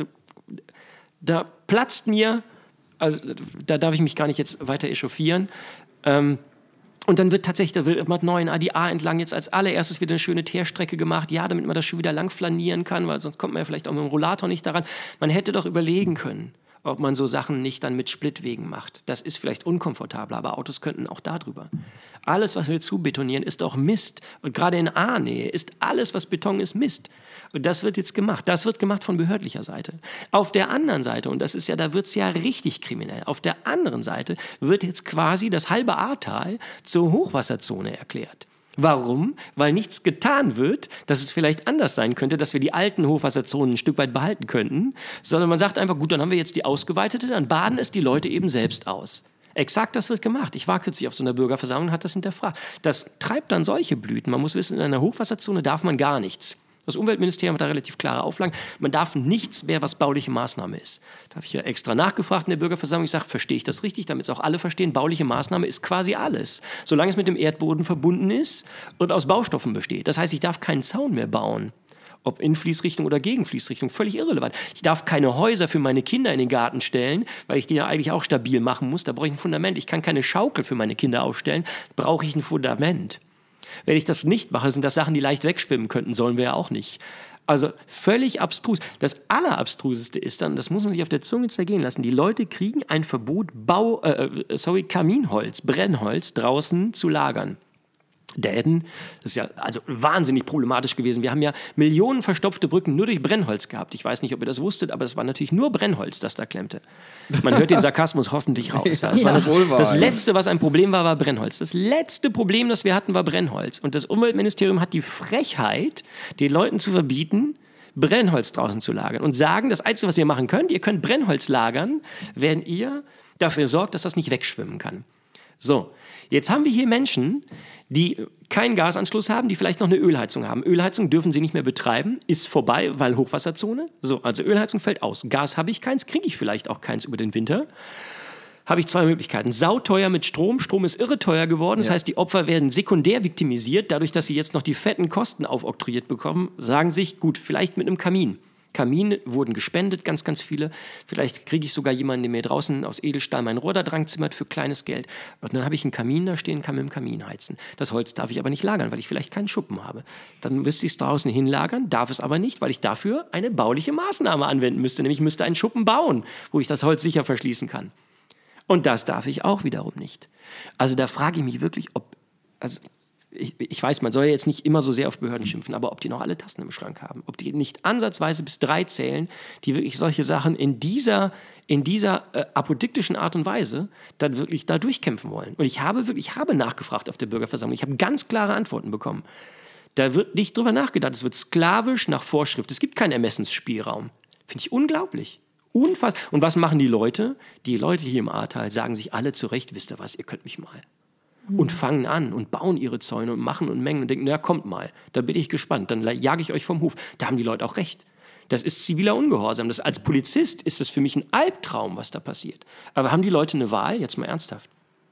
da platzt mir, also da darf ich mich gar nicht jetzt weiter echauffieren. Ähm, Und dann wird tatsächlich, da wird Bad Neuenahr die A entlang jetzt als allererstes wieder eine schöne Teerstrecke gemacht. Ja, damit man das schon wieder lang flanieren kann, weil sonst kommt man ja vielleicht auch mit dem Rollator nicht daran. Man hätte doch überlegen können, ob man so Sachen nicht dann mit Splittwegen macht. Das ist vielleicht unkomfortabler, aber Autos könnten auch da drüber. Alles, was wir zubetonieren, ist doch Mist. Und gerade in A-Nähe ist alles, was Beton ist, Mist. Und das wird jetzt gemacht. Das wird gemacht von behördlicher Seite. Auf der anderen Seite, und das ist ja, da wird es ja richtig kriminell, auf der anderen Seite wird jetzt quasi das halbe Ahrtal zur Hochwasserzone erklärt. Warum? Weil nichts getan wird, dass es vielleicht anders sein könnte, dass wir die alten Hochwasserzonen ein Stück weit behalten könnten, sondern man sagt einfach, gut, dann haben wir jetzt die ausgeweitete, dann baden es die Leute eben selbst aus. Exakt, das wird gemacht. Ich war kürzlich auf so einer Bürgerversammlung und hat das hinterfragt. Das treibt dann solche Blüten. Man muss wissen, in einer Hochwasserzone darf man gar nichts. Das Umweltministerium hat da relativ klare Auflagen. Man darf nichts mehr, was bauliche Maßnahme ist. Da habe ich ja extra nachgefragt in der Bürgerversammlung. Ich sage, verstehe ich das richtig, damit es auch alle verstehen? Bauliche Maßnahme ist quasi alles, solange es mit dem Erdboden verbunden ist und aus Baustoffen besteht. Das heißt, ich darf keinen Zaun mehr bauen. Ob in Fließrichtung oder gegen Fließrichtung, völlig irrelevant. Ich darf keine Häuser für meine Kinder in den Garten stellen, weil ich die ja eigentlich auch stabil machen muss. Da brauche ich ein Fundament. Ich kann keine Schaukel für meine Kinder aufstellen, brauche ich ein Fundament. Wenn ich das nicht mache, sind das Sachen, die leicht wegschwimmen könnten, sollen wir ja auch nicht. Also völlig abstrus. Das Allerabstruseste ist dann, das muss man sich auf der Zunge zergehen lassen, die Leute kriegen ein Verbot, Bau, äh, sorry, Kaminholz, Brennholz draußen zu lagern. Denn, das ist ja also wahnsinnig problematisch gewesen. Wir haben ja Millionen verstopfte Brücken nur durch Brennholz gehabt. Ich weiß nicht, ob ihr das wusstet, aber es war natürlich nur Brennholz, das da klemmte. Man hört den Sarkasmus hoffentlich raus. Ja, das, ja. war natürlich, das Letzte, was ein Problem war, war Brennholz. Das letzte Problem, das wir hatten, war Brennholz. Und das Umweltministerium hat die Frechheit, den Leuten zu verbieten, Brennholz draußen zu lagern. Und sagen, das Einzige, was ihr machen könnt, ihr könnt Brennholz lagern, wenn ihr dafür sorgt, dass das nicht wegschwimmen kann. So, jetzt haben wir hier Menschen, die keinen Gasanschluss haben, die vielleicht noch eine Ölheizung haben. Ölheizung dürfen sie nicht mehr betreiben, ist vorbei, weil Hochwasserzone. So, also Ölheizung fällt aus. Gas habe ich keins, kriege ich vielleicht auch keins über den Winter. Habe ich zwei Möglichkeiten. Sauteuer mit Strom. Strom ist irre teuer geworden. Das ja. heißt, die Opfer werden sekundär viktimisiert. Dadurch, dass sie jetzt noch die fetten Kosten aufoktroyiert bekommen, sagen sich, gut, vielleicht mit einem Kamin. Kamine wurden gespendet, ganz, ganz viele. Vielleicht kriege ich sogar jemanden, der mir draußen aus Edelstahl mein Rohr da dran zimmert für kleines Geld. Und dann habe ich einen Kamin da stehen, kann mit dem Kamin heizen. Das Holz darf ich aber nicht lagern, weil ich vielleicht keinen Schuppen habe. Dann müsste ich es draußen hinlagern, darf es aber nicht, weil ich dafür eine bauliche Maßnahme anwenden müsste. Nämlich ich müsste einen Schuppen bauen, wo ich das Holz sicher verschließen kann. Und das darf ich auch wiederum nicht. Also da frage ich mich wirklich, ob... Also Ich, ich weiß, man soll ja jetzt nicht immer so sehr auf Behörden schimpfen, aber ob die noch alle Tassen im Schrank haben, ob die nicht ansatzweise bis drei zählen, die wirklich solche Sachen in dieser, in dieser äh, apodiktischen Art und Weise dann wirklich da durchkämpfen wollen. Und ich habe wirklich, ich habe nachgefragt auf der Bürgerversammlung, ich habe ganz klare Antworten bekommen. Da wird nicht drüber nachgedacht, es wird sklavisch nach Vorschrift, es gibt keinen Ermessensspielraum. Finde ich unglaublich. Unfassbar. Und was machen die Leute? Die Leute hier im Ahrtal sagen sich alle zurecht, wisst ihr was, ihr könnt mich mal. Und fangen an und bauen ihre Zäune und machen und mengen und denken, na kommt mal, da bin ich gespannt, dann jage ich euch vom Hof. Da haben die Leute auch recht. Das ist ziviler Ungehorsam. Das, als Polizist ist das für mich ein Albtraum, was da passiert. Aber haben die Leute eine Wahl? Jetzt mal ernsthaft.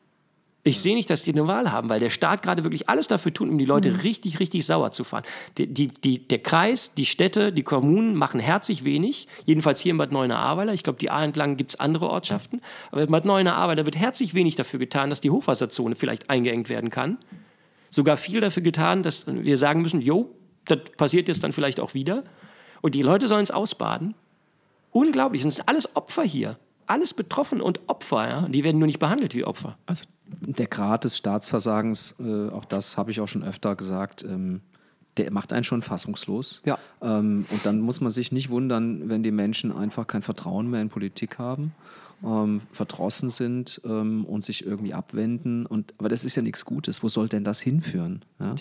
Ich sehe nicht, dass die eine Wahl haben, weil der Staat gerade wirklich alles dafür tut, um die Leute mhm. richtig, richtig sauer zu fahren. Die, die, die, der Kreis, die Städte, die Kommunen machen herzlich wenig, jedenfalls hier in Bad Neuenahr-Ahrweiler. Ich glaube, die Ahr entlang gibt es andere Ortschaften. Aber in Bad Neuenahr-Ahrweiler wird herzlich wenig dafür getan, dass die Hochwasserzone vielleicht eingeengt werden kann. Sogar viel dafür getan, dass wir sagen müssen, jo, das passiert jetzt dann vielleicht auch wieder. Und die Leute sollen es ausbaden. Unglaublich, das sind alles Opfer hier. Alles betroffen und Opfer, ja? Die werden nur nicht behandelt wie Opfer. Also der Grad des Staatsversagens, äh, auch das habe ich auch schon öfter gesagt, ähm, der macht einen schon fassungslos. Ja. Ähm, und dann muss man sich nicht wundern, wenn die Menschen einfach kein Vertrauen mehr in Politik haben, ähm, verdrossen sind ähm, und sich irgendwie abwenden. Und, aber das ist ja nichts Gutes. Wo soll denn das hinführen? Ja?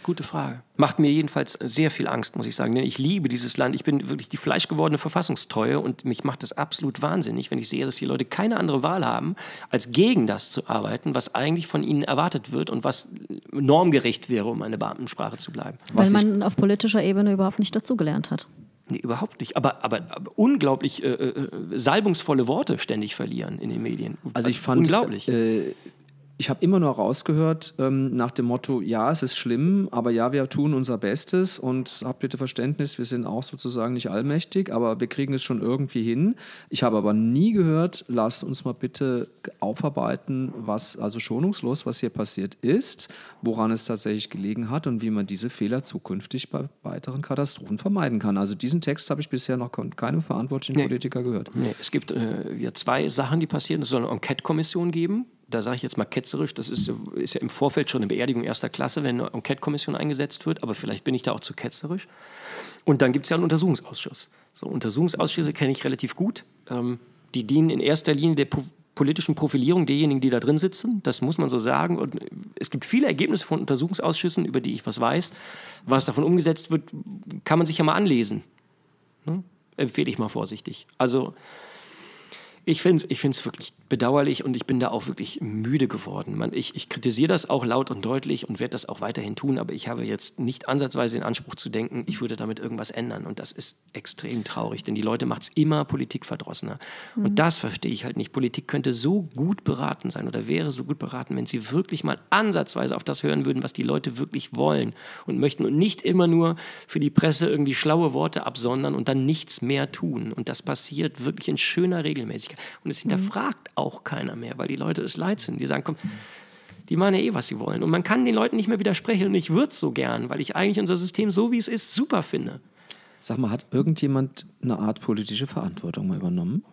Gute Frage. Macht mir jedenfalls sehr viel Angst, muss ich sagen. Denn ich liebe dieses Land. Ich bin wirklich die fleischgewordene Verfassungstreue und mich macht das absolut wahnsinnig, wenn ich sehe, dass die Leute keine andere Wahl haben, als gegen das zu arbeiten, was eigentlich von ihnen erwartet wird und was normgerecht wäre, um eine Beamtensprache zu bleiben. Weil man auf politischer Ebene überhaupt nicht dazugelernt hat. Nee, überhaupt nicht. Aber, aber, aber unglaublich äh, äh, salbungsvolle Worte ständig verlieren in den Medien. Also ich fand, unglaublich. Äh, ich habe immer nur rausgehört ähm, nach dem Motto, ja, es ist schlimm, aber ja, wir tun unser Bestes und habt bitte Verständnis, wir sind auch sozusagen nicht allmächtig, aber wir kriegen es schon irgendwie hin. Ich habe aber nie gehört, lasst uns mal bitte aufarbeiten, was also schonungslos, was hier passiert ist, woran es tatsächlich gelegen hat und wie man diese Fehler zukünftig bei weiteren Katastrophen vermeiden kann. Also diesen Text habe ich bisher noch von keinem verantwortlichen nee. Politiker gehört. Nee, es gibt äh, ja zwei Sachen, die passieren. Es soll eine Enquete-Kommission geben. Da sage ich jetzt mal ketzerisch, das ist, ist ja im Vorfeld schon eine Beerdigung erster Klasse, wenn eine Enquete-Kommission eingesetzt wird, aber vielleicht bin ich da auch zu ketzerisch. Und dann gibt es ja einen Untersuchungsausschuss. So, Untersuchungsausschüsse kenne ich relativ gut. Ähm, die dienen in erster Linie der po- politischen Profilierung derjenigen, die da drin sitzen. Das muss man so sagen. Und es gibt viele Ergebnisse von Untersuchungsausschüssen, über die ich was weiß. Was davon umgesetzt wird, kann man sich ja mal anlesen. Ne? Empfehle ich mal vorsichtig. Also Ich finde es ich find's wirklich bedauerlich und ich bin da auch wirklich müde geworden. Man, ich, ich kritisiere das auch laut und deutlich und werde das auch weiterhin tun, aber ich habe jetzt nicht ansatzweise den Anspruch zu denken, ich würde damit irgendwas ändern. Und das ist extrem traurig, denn die Leute macht es immer politikverdrossener. Mhm. Und das verstehe ich halt nicht. Politik könnte so gut beraten sein oder wäre so gut beraten, wenn sie wirklich mal ansatzweise auf das hören würden, was die Leute wirklich wollen und möchten und nicht immer nur für die Presse irgendwie schlaue Worte absondern und dann nichts mehr tun. Und das passiert wirklich in schöner Regelmäßigkeit. Und es hinterfragt auch keiner mehr, weil die Leute es leid sind. Die sagen, komm, die machen ja eh, was sie wollen. Und man kann den Leuten nicht mehr widersprechen. Und ich würde es so gern, weil ich eigentlich unser System so, wie es ist, super finde. Sag mal, hat irgendjemand eine Art politische Verantwortung mal übernommen?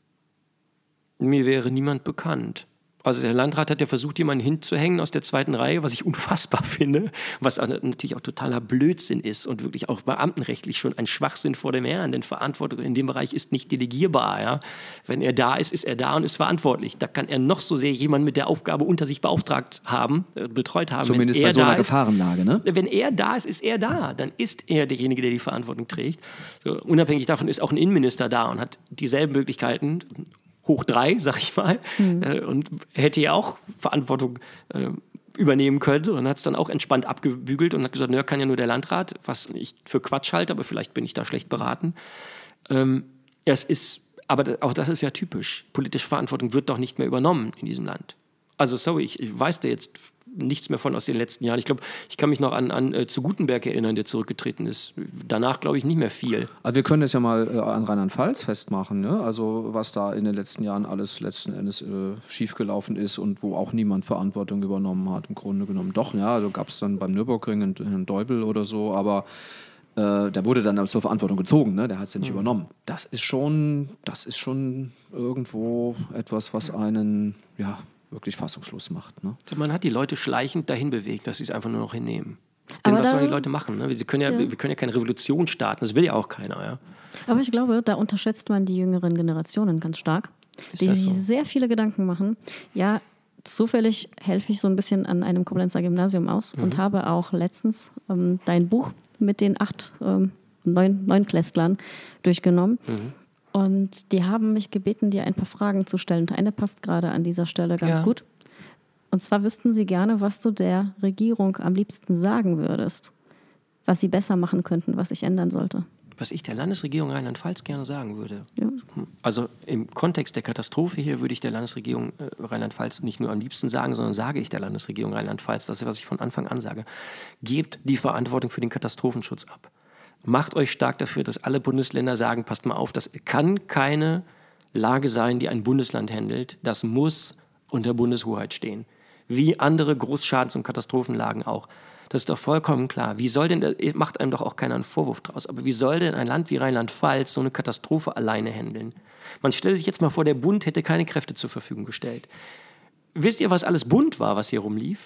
Mir wäre niemand bekannt. Also der Landrat hat ja versucht, jemanden hinzuhängen aus der zweiten Reihe, was ich unfassbar finde, was natürlich auch totaler Blödsinn ist und wirklich auch beamtenrechtlich schon ein Schwachsinn vor dem Herrn, denn Verantwortung in dem Bereich ist nicht delegierbar. Ja? Wenn er da ist, ist er da und ist verantwortlich. Da kann er noch so sehr jemanden mit der Aufgabe unter sich beauftragt haben, äh, betreut haben. Zumindest bei so einer Gefahrenlage, ne? Wenn er da ist, ist er da. Dann ist er derjenige, der die Verantwortung trägt. So, unabhängig davon ist auch ein Innenminister da und hat dieselben Möglichkeiten, hoch drei, sag ich mal, mhm. äh, und hätte ja auch Verantwortung äh, übernehmen können und hat es dann auch entspannt abgebügelt und hat gesagt, naja, kann ja nur der Landrat, was ich für Quatsch halte, aber vielleicht bin ich da schlecht beraten. Ähm, es ist, aber auch das ist ja typisch. Politische Verantwortung wird doch nicht mehr übernommen in diesem Land. Also sorry, ich, ich weiß da jetzt nichts mehr von aus den letzten Jahren. Ich glaube, ich kann mich noch an, an äh, zu Gutenberg erinnern, der zurückgetreten ist. Danach glaube ich nicht mehr viel. Also wir können das ja mal äh, an Rheinland-Pfalz festmachen, ne? Also was da in den letzten Jahren alles letzten Endes äh, schiefgelaufen ist und wo auch niemand Verantwortung übernommen hat, im Grunde genommen. Doch, ja, also gab es dann beim Nürburgring einen, einen Deubel oder so, aber äh, der wurde dann zur Verantwortung gezogen, ne? Der hat es ja nicht mhm. übernommen. Das ist schon, das ist schon irgendwo etwas, was einen, ja, wirklich fassungslos macht. Ne? Man hat die Leute schleichend dahin bewegt, dass sie es einfach nur noch hinnehmen. Denn was sollen die Leute machen? Ne? Sie können ja, ja. Wir können ja keine Revolution starten, das will ja auch keiner. Ja? Aber ich glaube, da unterschätzt man die jüngeren Generationen ganz stark, ist die sich so? sehr viele Gedanken machen. Ja, zufällig helfe ich so ein bisschen an einem Koblenzer Gymnasium aus mhm. und habe auch letztens ähm, dein Buch mit den acht, ähm, neun, neun Klässlern durchgenommen. Mhm. Und die haben mich gebeten, dir ein paar Fragen zu stellen. Eine passt gerade an dieser Stelle ganz ja. gut. Und zwar wüssten sie gerne, was du der Regierung am liebsten sagen würdest. Was sie besser machen könnten, was sich ändern sollte. Was ich der Landesregierung Rheinland-Pfalz gerne sagen würde. Ja. Also im Kontext der Katastrophe hier würde ich der Landesregierung äh, Rheinland-Pfalz nicht nur am liebsten sagen, sondern sage ich der Landesregierung Rheinland-Pfalz, das ist, was ich von Anfang an sage. Gebt die Verantwortung für den Katastrophenschutz ab. Macht euch stark dafür, dass alle Bundesländer sagen, passt mal auf, das kann keine Lage sein, die ein Bundesland handelt. Das muss unter Bundeshoheit stehen. Wie andere Großschadens- und Katastrophenlagen auch. Das ist doch vollkommen klar. Wie soll denn, macht einem doch auch keiner einen Vorwurf draus, aber wie soll denn ein Land wie Rheinland-Pfalz so eine Katastrophe alleine handeln? Man stelle sich jetzt mal vor, der Bund hätte keine Kräfte zur Verfügung gestellt. Wisst ihr, was alles Bund war, was hier rumlief?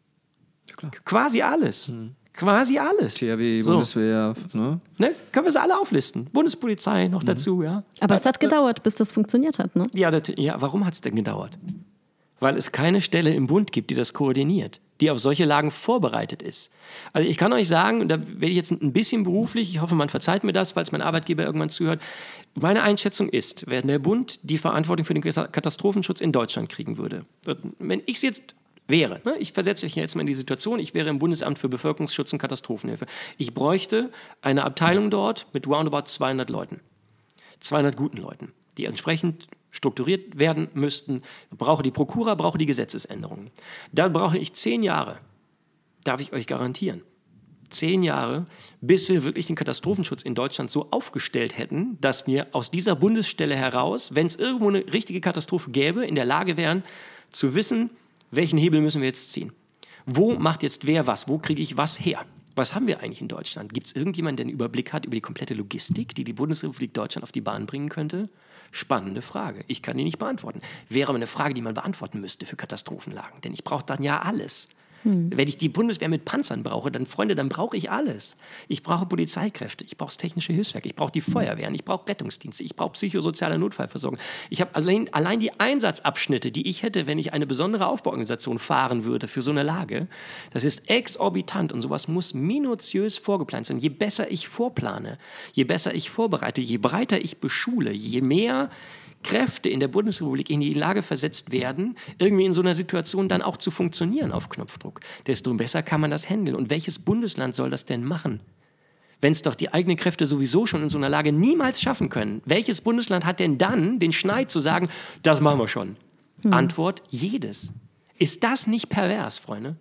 Ja, klar. Quasi alles. Hm. Quasi alles. T H W, so. Bundeswehr, ne? Ne? Können wir sie alle auflisten. Bundespolizei noch mhm. dazu, ja. Aber es hat gedauert, bis das funktioniert hat, ne? Ja, das, ja warum hat es denn gedauert? Weil es keine Stelle im Bund gibt, die das koordiniert. die auf solche Lagen vorbereitet ist. Also ich kann euch sagen, und da werde ich jetzt ein bisschen beruflich, ich hoffe, man verzeiht mir das, falls mein Arbeitgeber irgendwann zuhört, meine Einschätzung ist, wenn der Bund die Verantwortung für den Katastrophenschutz in Deutschland kriegen würde, wenn ich es jetzt wäre, ne, ich versetze mich jetzt mal in die Situation, ich wäre im Bundesamt für Bevölkerungsschutz und Katastrophenhilfe, ich bräuchte eine Abteilung dort mit roundabout zweihundert Leuten, zweihundert guten Leuten, die entsprechend strukturiert werden müssten, brauche die Prokura, brauche die Gesetzesänderungen. Da brauche ich zehn Jahre, darf ich euch garantieren. Zehn Jahre, bis wir wirklich den Katastrophenschutz in Deutschland so aufgestellt hätten, dass wir aus dieser Bundesstelle heraus, wenn es irgendwo eine richtige Katastrophe gäbe, in der Lage wären, zu wissen, welchen Hebel müssen wir jetzt ziehen. Wo macht jetzt wer was? Wo kriege ich was her? Was haben wir eigentlich in Deutschland? Gibt es irgendjemanden, der einen Überblick hat über die komplette Logistik, die die Bundesrepublik Deutschland auf die Bahn bringen könnte? Spannende Frage. Ich kann die nicht beantworten. Wäre aber eine Frage, die man beantworten müsste für Katastrophenlagen. Denn ich brauche dann ja alles. Hm. Wenn ich die Bundeswehr mit Panzern brauche, dann, Freunde, dann brauche ich alles. Ich brauche Polizeikräfte, ich brauche das technische Hilfswerk, ich brauche die Feuerwehren, ich brauche Rettungsdienste, ich brauche psychosoziale Notfallversorgung. Ich habe allein, allein die Einsatzabschnitte, die ich hätte, wenn ich eine besondere Aufbauorganisation fahren würde für so eine Lage, das ist exorbitant und sowas muss minutiös vorgeplant sein. Je besser ich vorplane, je besser ich vorbereite, je breiter ich beschule, je mehr Kräfte in der Bundesrepublik in die Lage versetzt werden, irgendwie in so einer Situation dann auch zu funktionieren auf Knopfdruck, desto besser kann man das handeln. Und welches Bundesland soll das denn machen? Wenn es doch die eigenen Kräfte sowieso schon in so einer Lage niemals schaffen können, welches Bundesland hat denn dann den Schneid zu sagen, das machen wir schon? Hm. Antwort, jedes. Ist das nicht pervers, Freunde?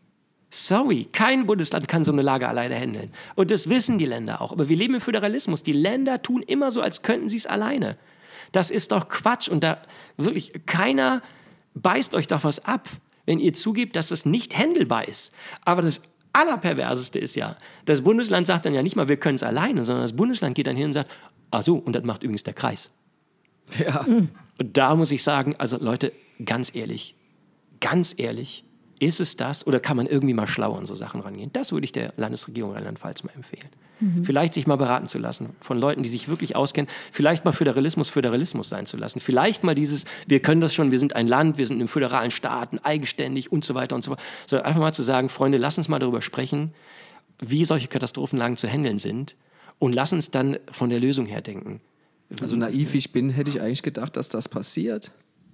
Sorry, kein Bundesland kann so eine Lage alleine handeln. Und das wissen die Länder auch. Aber wir leben im Föderalismus. Die Länder tun immer so, als könnten sie es alleine. Das ist doch Quatsch und da wirklich keiner beißt euch doch was ab, wenn ihr zugebt, dass das nicht handelbar ist. Aber das Allerperverseste ist ja, das Bundesland sagt dann ja nicht mal, wir können es alleine, sondern das Bundesland geht dann hin und sagt, ach so, und das macht übrigens der Kreis. Ja. Und da muss ich sagen, also Leute, ganz ehrlich, ganz ehrlich, ist es das oder kann man irgendwie mal schlau an so Sachen rangehen? Das würde ich der Landesregierung Rheinland-Pfalz mal empfehlen. Mhm. Vielleicht sich mal beraten zu lassen von Leuten, die sich wirklich auskennen. Vielleicht mal Föderalismus Föderalismus sein zu lassen. Vielleicht mal dieses, wir können das schon, wir sind ein Land, wir sind im föderalen Staat, eigenständig und so weiter und so fort. Sondern einfach mal zu sagen, Freunde, lass uns mal darüber sprechen, wie solche Katastrophenlagen zu handeln sind und lass uns dann von der Lösung her denken. Also naiv wie ich bin, hätte ich eigentlich gedacht, dass das passiert.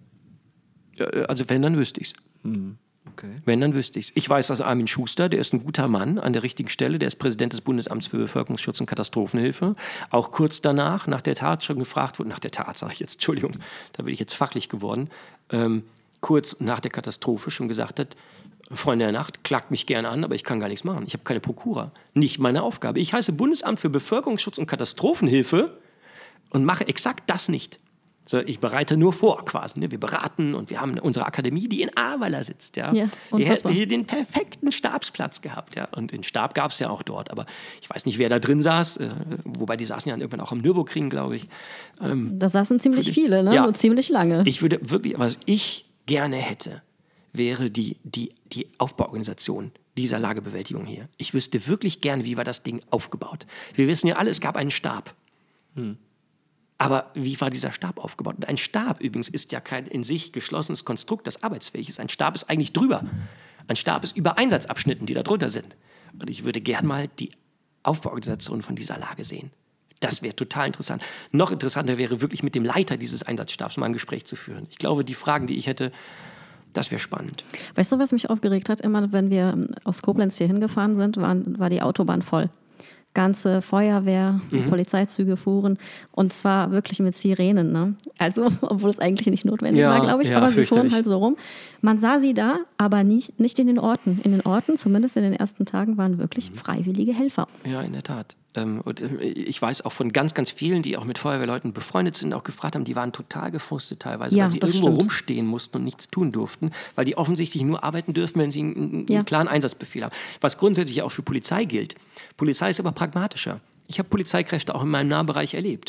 Also wenn, dann wüsste ich es. Mhm. Okay. Wenn, dann wüsste ich es. Ich weiß, dass Armin Schuster, der ist ein guter Mann an der richtigen Stelle, der ist Präsident des Bundesamts für Bevölkerungsschutz und Katastrophenhilfe. Auch kurz danach, nach der Tat schon gefragt wurde, nach der Tat sage ich jetzt, Entschuldigung, da bin ich jetzt fachlich geworden, ähm, kurz nach der Katastrophe schon gesagt hat, Freunde der Nacht, klagt mich gerne an, aber ich kann gar nichts machen. Ich habe keine Prokura. Nicht meine Aufgabe. Ich heiße Bundesamt für Bevölkerungsschutz und Katastrophenhilfe und mache exakt das nicht. So, ich bereite nur vor quasi. Ne? Wir beraten und wir haben unsere Akademie, die in Ahrweiler sitzt. Ja? Ja, wir hätten hier den perfekten Stabsplatz gehabt. Ja? Und den Stab gab es ja auch dort. Aber ich weiß nicht, wer da drin saß. Äh, wobei die saßen ja irgendwann auch am Nürburgring, glaube ich. Ähm, da saßen ziemlich die, viele, ne? Ja, und ziemlich lange. Ich würde wirklich, was ich gerne hätte, wäre die, die, die Aufbauorganisation dieser Lagebewältigung hier. Ich wüsste wirklich gerne, wie war das Ding aufgebaut. Wir wissen ja alle, es gab einen Stab. Hm. Aber wie war dieser Stab aufgebaut? Und ein Stab übrigens ist ja kein in sich geschlossenes Konstrukt, das arbeitsfähig ist. Ein Stab ist eigentlich drüber. Ein Stab ist über Einsatzabschnitten, die da drunter sind. Und ich würde gern mal die Aufbauorganisation von dieser Lage sehen. Das wäre total interessant. Noch interessanter wäre wirklich mit dem Leiter dieses Einsatzstabs mal ein Gespräch zu führen. Ich glaube, die Fragen, die ich hätte, das wäre spannend. Weißt du, was mich aufgeregt hat? Immer, wenn wir aus Koblenz hier hingefahren sind, waren, war die Autobahn voll. Ganze Feuerwehr, mhm. Polizeizüge fuhren und zwar wirklich mit Sirenen. Ne? Also, obwohl es eigentlich nicht notwendig ja, war, glaube ich, ja, aber sie fuhren halt so rum. Man sah sie da, aber nicht, nicht in den Orten. In den Orten, zumindest in den ersten Tagen, waren wirklich freiwillige Helfer. Ja, in der Tat. Ähm, und ich weiß auch von ganz, ganz vielen, die auch mit Feuerwehrleuten befreundet sind, auch gefragt haben, die waren total gefrustet teilweise, ja, weil sie irgendwo stimmt. rumstehen mussten und nichts tun durften, weil die offensichtlich nur arbeiten dürfen, wenn sie einen, einen ja. klaren Einsatzbefehl haben. Was grundsätzlich auch für Polizei gilt. Polizei ist aber pragmatischer. Ich habe Polizeikräfte auch in meinem Nahbereich erlebt.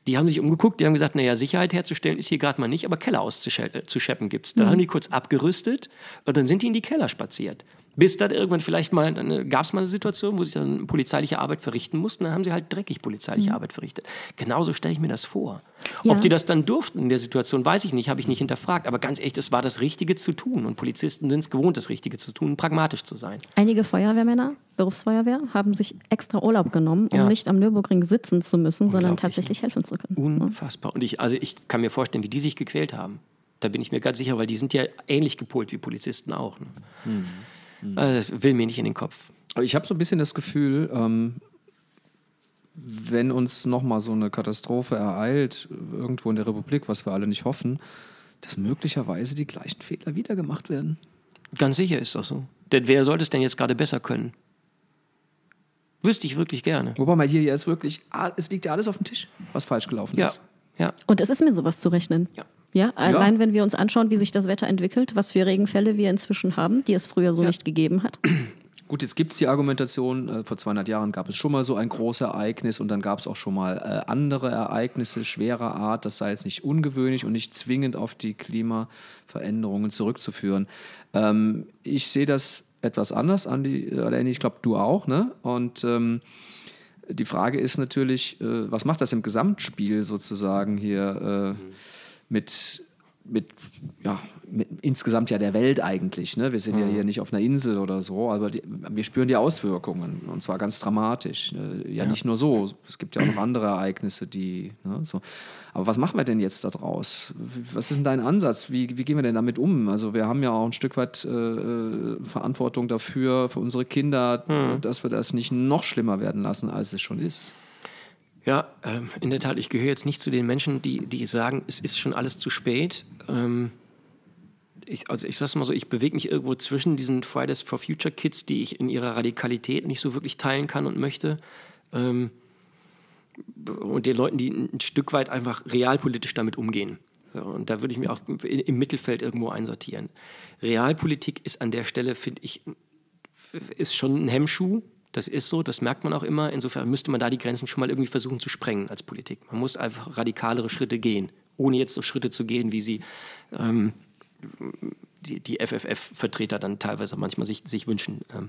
Die haben sich umgeguckt, die haben gesagt, naja, Sicherheit herzustellen ist hier gerade mal nicht, aber Keller auszuscheppen gibt es. Dann mhm. haben die kurz abgerüstet und dann sind die in die Keller spaziert. Bis dann irgendwann vielleicht mal, dann gab es mal eine Situation, wo sie dann polizeiliche Arbeit verrichten mussten, dann haben sie halt dreckig polizeiliche mhm. Arbeit verrichtet. Genauso stelle ich mir das vor. Ja. Ob die das dann durften in der Situation, weiß ich nicht, habe ich nicht hinterfragt. Aber ganz ehrlich, das war das Richtige zu tun. Und Polizisten sind es gewohnt, das Richtige zu tun, pragmatisch zu sein. Einige Feuerwehrmänner, Berufsfeuerwehr, haben sich extra Urlaub genommen, um ja. nicht am Nürburgring sitzen zu müssen, sondern tatsächlich helfen zu können. Unfassbar. Und ich, also ich kann mir vorstellen, wie die sich gequält haben. Da bin ich mir ganz sicher, weil die sind ja ähnlich gepolt wie Polizisten auch. Ne? Mhm. Also das will mir nicht in den Kopf. Ich habe so ein bisschen das Gefühl, ähm, wenn uns nochmal so eine Katastrophe ereilt, irgendwo in der Republik, was wir alle nicht hoffen, dass möglicherweise die gleichen Fehler wieder gemacht werden. Ganz sicher ist das so. Denn wer sollte es denn jetzt gerade besser können? Wüsste ich wirklich gerne. Wobei mal hier jetzt wirklich, es liegt ja alles auf dem Tisch, was falsch gelaufen ja. ist. Ja. Und es ist mir sowas zu rechnen. Ja. Ja, allein ja. wenn wir uns anschauen, wie sich das Wetter entwickelt, was für Regenfälle wir inzwischen haben, die es früher so ja. nicht gegeben hat. Gut, jetzt gibt es die Argumentation, äh, vor zweihundert Jahren gab es schon mal so ein großes Ereignis und dann gab es auch schon mal äh, andere Ereignisse schwerer Art. Das sei jetzt nicht ungewöhnlich und nicht zwingend auf die Klimaveränderungen zurückzuführen. Ähm, ich sehe das etwas anders, Andi, oder ich glaube, du auch, ne? Und ähm, die Frage ist natürlich, äh, was macht das im Gesamtspiel sozusagen hier äh, mit, mit, ja, mit insgesamt ja der Welt eigentlich. Ne? Wir sind mhm. ja hier nicht auf einer Insel oder so, aber die, wir spüren die Auswirkungen und zwar ganz dramatisch. Ne? Ja, ja, nicht nur so, es gibt ja auch noch andere Ereignisse, die, ne, so. Aber was machen wir denn jetzt da draus? Was ist denn dein Ansatz? Wie, wie gehen wir denn damit um? Also wir haben ja auch ein Stück weit äh, Verantwortung dafür, für unsere Kinder, mhm. dass wir das nicht noch schlimmer werden lassen, als es schon ist. Ja, ähm, in der Tat, ich gehöre jetzt nicht zu den Menschen, die, die sagen, es ist schon alles zu spät. Ähm, ich, also ich sag's mal so, ich bewege mich irgendwo zwischen diesen Fridays for Future Kids, die ich in ihrer Radikalität nicht so wirklich teilen kann und möchte, ähm, und den Leuten, die ein Stück weit einfach realpolitisch damit umgehen. So, und da würde ich mich auch im Mittelfeld irgendwo einsortieren. Realpolitik ist an der Stelle, finde ich, ist schon ein Hemmschuh. Das ist so, das merkt man auch immer. Insofern müsste man da die Grenzen schon mal irgendwie versuchen zu sprengen als Politik. Man muss einfach radikalere Schritte gehen, ohne jetzt so Schritte zu gehen, wie sie ähm, die, die F F F-Vertreter dann teilweise manchmal sich, sich wünschen. Ähm.